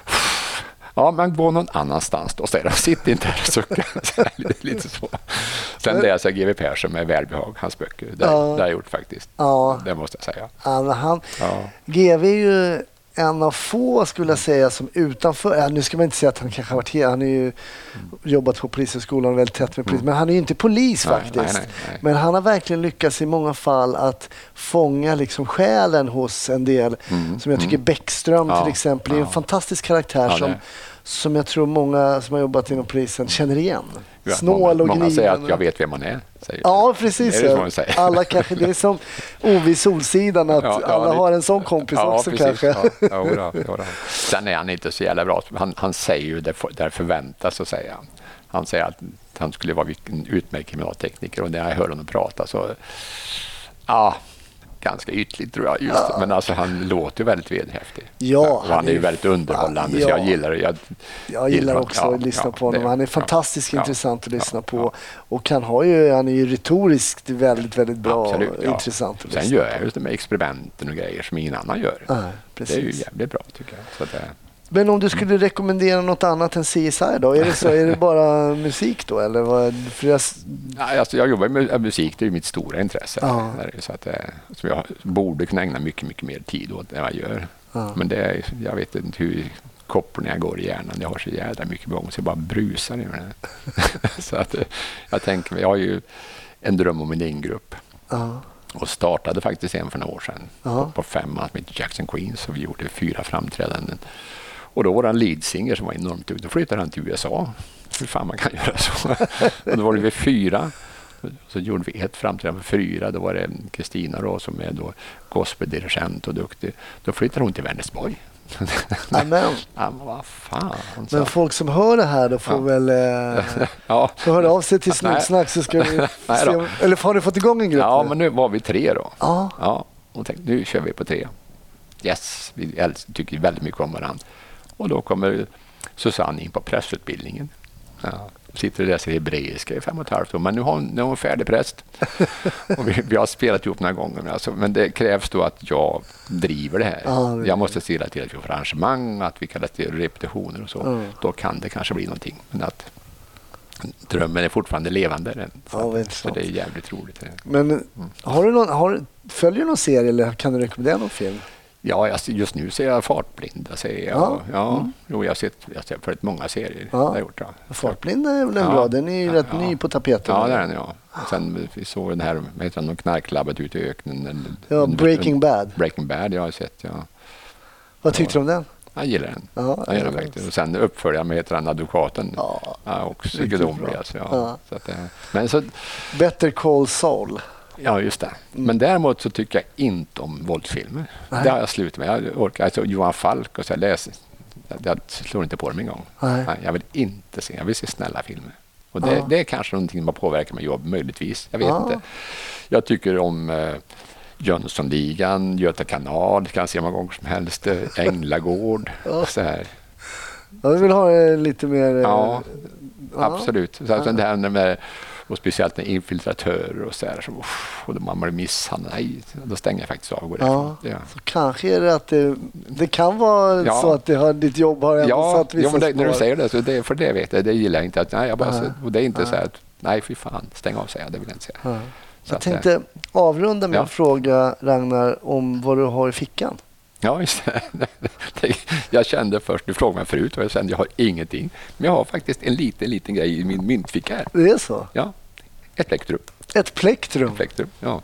ja, man går någon annanstans då. Säger de, sitt inte här och sucka. lite, lite så. Sen läser jag G W Persson med välbehag, hans böcker. Det, ja. det har jag gjort faktiskt. Ja. Det måste jag säga. Ja, han, ja. G W är ju en av få, skulle jag säga, som utanför, ja, nu ska man inte säga att han kanske har varit här, han har ju mm. jobbat på polishögskolan väldigt tätt med polis, mm. men han är ju inte polis nej, faktiskt. Nej, nej, nej. Men han har verkligen lyckats i många fall att fånga liksom själen hos en del, mm. som jag tycker mm. Bäckström ja, till exempel är ja. en fantastisk karaktär ja, som, som jag tror många som har jobbat inom polisen känner igen. Ja, snål många, och många gniden. säger att jag vet vem man är. Säger ja, precis. Det är det alla kanske, det är som Ove i Solsidan att ja, ja, alla det, har en sån kompis ja, också precis, kanske. Ja, ja, ja, ja, ja. Sen är han inte så jävla bra. Han, han säger ju det där förväntas att säga. Han säger att han skulle vara en utmärkt kriminaltekniker och när jag hör honom prata så ja, ganska ytligt tror jag. Just, ja. Men alltså, han låter ju väldigt vederhäftig. Ja, och han, han är ju väldigt underhållande, ja. Så jag gillar det. Jag, jag gillar också ja, att lyssna ja, på honom. Han är fantastiskt ja, intressant att lyssna ja, på. Ja. Och han, har ju, han är ju retoriskt väldigt, väldigt bra Absolut, och ja. intressant att Sen lyssna gör jag just de här experimenten och grejer som ingen annan gör. Ja, precis. Det är ju jävligt bra tycker jag. Så att det, Men om du skulle mm. rekommendera något annat än C S I då? Är det, så, är det bara musik då? Eller vad, för jag... Nej, alltså jag jobbar med musik, det är mitt stora intresse. Ja. Så att, som jag borde kunna ägna mycket, mycket mer tid åt än vad jag gör. Ja. Men det är, jag vet inte hur kopporna går i hjärnan. Jag har så jävla mycket gång så jag bara brusar i det. Så att jag tänker, jag har ju en dröm om min egen grupp. Ja. Och startade faktiskt en för några år sedan. Ja. På femman med Jackson Queens och vi gjorde fyra framträdanden. Och då var det en leadsinger som var enormt duktig. Då flyttade han till U S A. Hur fan man kan göra så. Och då var det vi fyra. Så gjorde vi ett framträdande för fyra. Då var det Kristina då som är då gospeldirigent och duktig. Då flyttade hon till Vänersborg. Amen. Ja, men vad fan. Men folk som hör det här då får ja. väl eh, ja. får höra av sig till Snutsnack så ska vi se om, eller har ni fått igång en grupp? Ja, nu? men nu var vi tre då. Ja. Ja, och tänkte, nu kör vi på tre. Yes, vi tycker väldigt mycket om varandra. Och då kommer Susanne in på prästutbildningen. Ja, sitter och läser hebreiska i fem och ett halvt år. Men nu har hon, nu är hon färdig präst. Och vi, vi har spelat ihop några gånger. Alltså, men det krävs då att jag driver det här. Ja, det jag måste se till att vi får arrangemang, att vi kallar det repetitioner och så. Mm. Då kan det kanske bli någonting. Men att drömmen är fortfarande levande. Så, ja, så det är jävligt roligt. Men mm. har du någon, har, följer du någon serie eller kan du rekommendera någon film? Ja, just nu ser jag Fartblinda. Ser jag. Ja, ja mm. jo, jag har sett, jag har sett för många serier. Ja. Jag gjort, ja. Fartblinda är väl en ja. bra, den är ju ja, rätt ja. ny på tapeten. Ja, det är den, ja. Sen vi såg den här, vad heter den, knarklabbet ute i öknen. Ja, Breaking Bad. Breaking Bad, jag har sett, ja. Vad tyckte du om den? Jag gillar den. Ja, jag gillar den faktiskt. Och sen uppföljaren med heter den Advokaten. Ja, ja också gudomlig. Alltså, ja. Ja. Så att, men så, Better Call Saul. Ja, just det. Mm. Men däremot så tycker jag inte om våldsfilmer. Nej. Det har jag slutat med. Jag orkar, alltså Johan Falk och så jag läser. Jag slår inte på dem en gång. Nej. Nej, jag vill inte se. Jag vill se snälla filmer. Och det, ja. det är kanske någonting som har påverkat mig jobb, möjligtvis. Jag vet ja. inte. Jag tycker om eh, Jönssonligan, Göta kanal, kan jag se många gånger som helst. Änglagård, ja. så här. Ja, du vill ha eh, lite mer... Eh, ja, ja, absolut. Så, alltså, det här med... Och speciellt när infiltratörer och så här. Så, och då man blir misshandlad. Nej, då stänger jag faktiskt av och går ja, ja. Så kanske är det att det, det kan vara ja. så att det har, ditt jobb har ändå ja, satt vissa ja, men det, spår. när du säger det, så det, för det vet jag, det gillar jag inte. Att, nej, jag bara, så, och det är inte ja. så här att, nej fy fan, stäng av sig, det vill jag inte säga. Ja. Så jag att, tänkte avrunda med ja. att fråga Ragnar om vad du har i fickan. Ja, just det. Jag kände först, du frågade mig förut och jag kände jag har ingenting. Men jag har faktiskt en liten, liten grej i min myntficka här. Det är så? Ja. Ett plektrum. Ett plektrum? Ett plektrum, ja.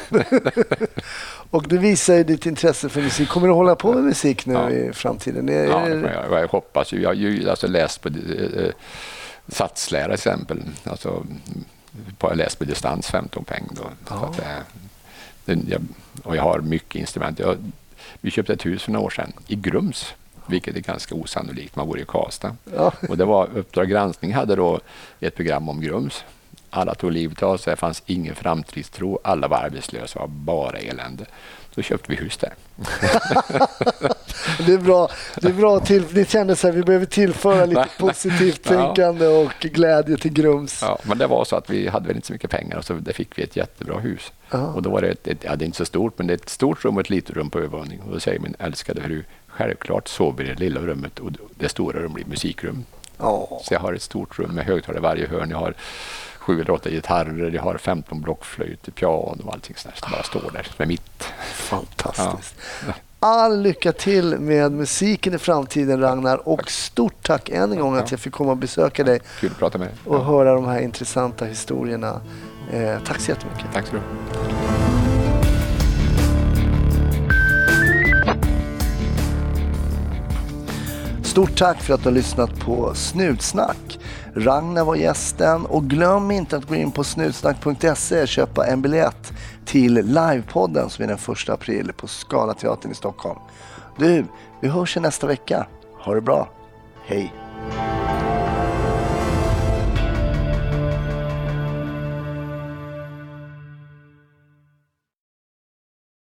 Och det visar ju ditt intresse för musik. Kommer du hålla på med musik nu ja. i framtiden? Är, ja, jag, jag hoppas ju. Jag har ju alltså läst på äh, satslära till exempel. Alltså, på, jag läst på distans femton poäng. Då. Ja. Så att, äh, den, jag, och jag har mycket instrument. Jag, vi köpte ett hus för några år sedan i Grums. Vilket är ganska osannolikt. Man bor i Karlstad. Ja. Och det var Uppdrag granskning hade då ett program om Grums. Alla tog livet av sig, det fanns ingen framtidstro, alla var arbetslösa, var bara elände. Då köpte vi hus där. Det är bra. Det är bra till, det kändes så här, vi behöver tillföra lite positivt tänkande ja. och glädje till Grums. Ja, men det var så att vi hade väl inte så mycket pengar och så där fick vi ett jättebra hus. Ja. Och då var det ett, ett, ja, det är inte så stort, men det är ett stort rum och ett litet rum på övervåning. Och då säger min älskade fru, självklart sover i det lilla rummet och det stora rummet blir musikrum. Ja. Så jag har ett stort rum med högtalare i varje hörn. Jag har sju eller åtta gitarrer, jag har femton blockflöjt, piano och allting sådär som bara står där med mitt. Fantastiskt. Ja. All lycka till med musiken i framtiden, Ragnar, och stort tack än en gång att jag fick komma och besöka dig. Kul att prata med dig. Och ja. höra de här intressanta historierna. Eh, tack så jättemycket. Tack så du. Stort tack för att du har lyssnat på Snutsnack. Ragnar var gästen och glöm inte att gå in på snutsnack punkt se och köpa en biljett till livepodden som är den första april på Scalateatern i Stockholm. Du, vi hörs nästa vecka. Ha det bra. Hej!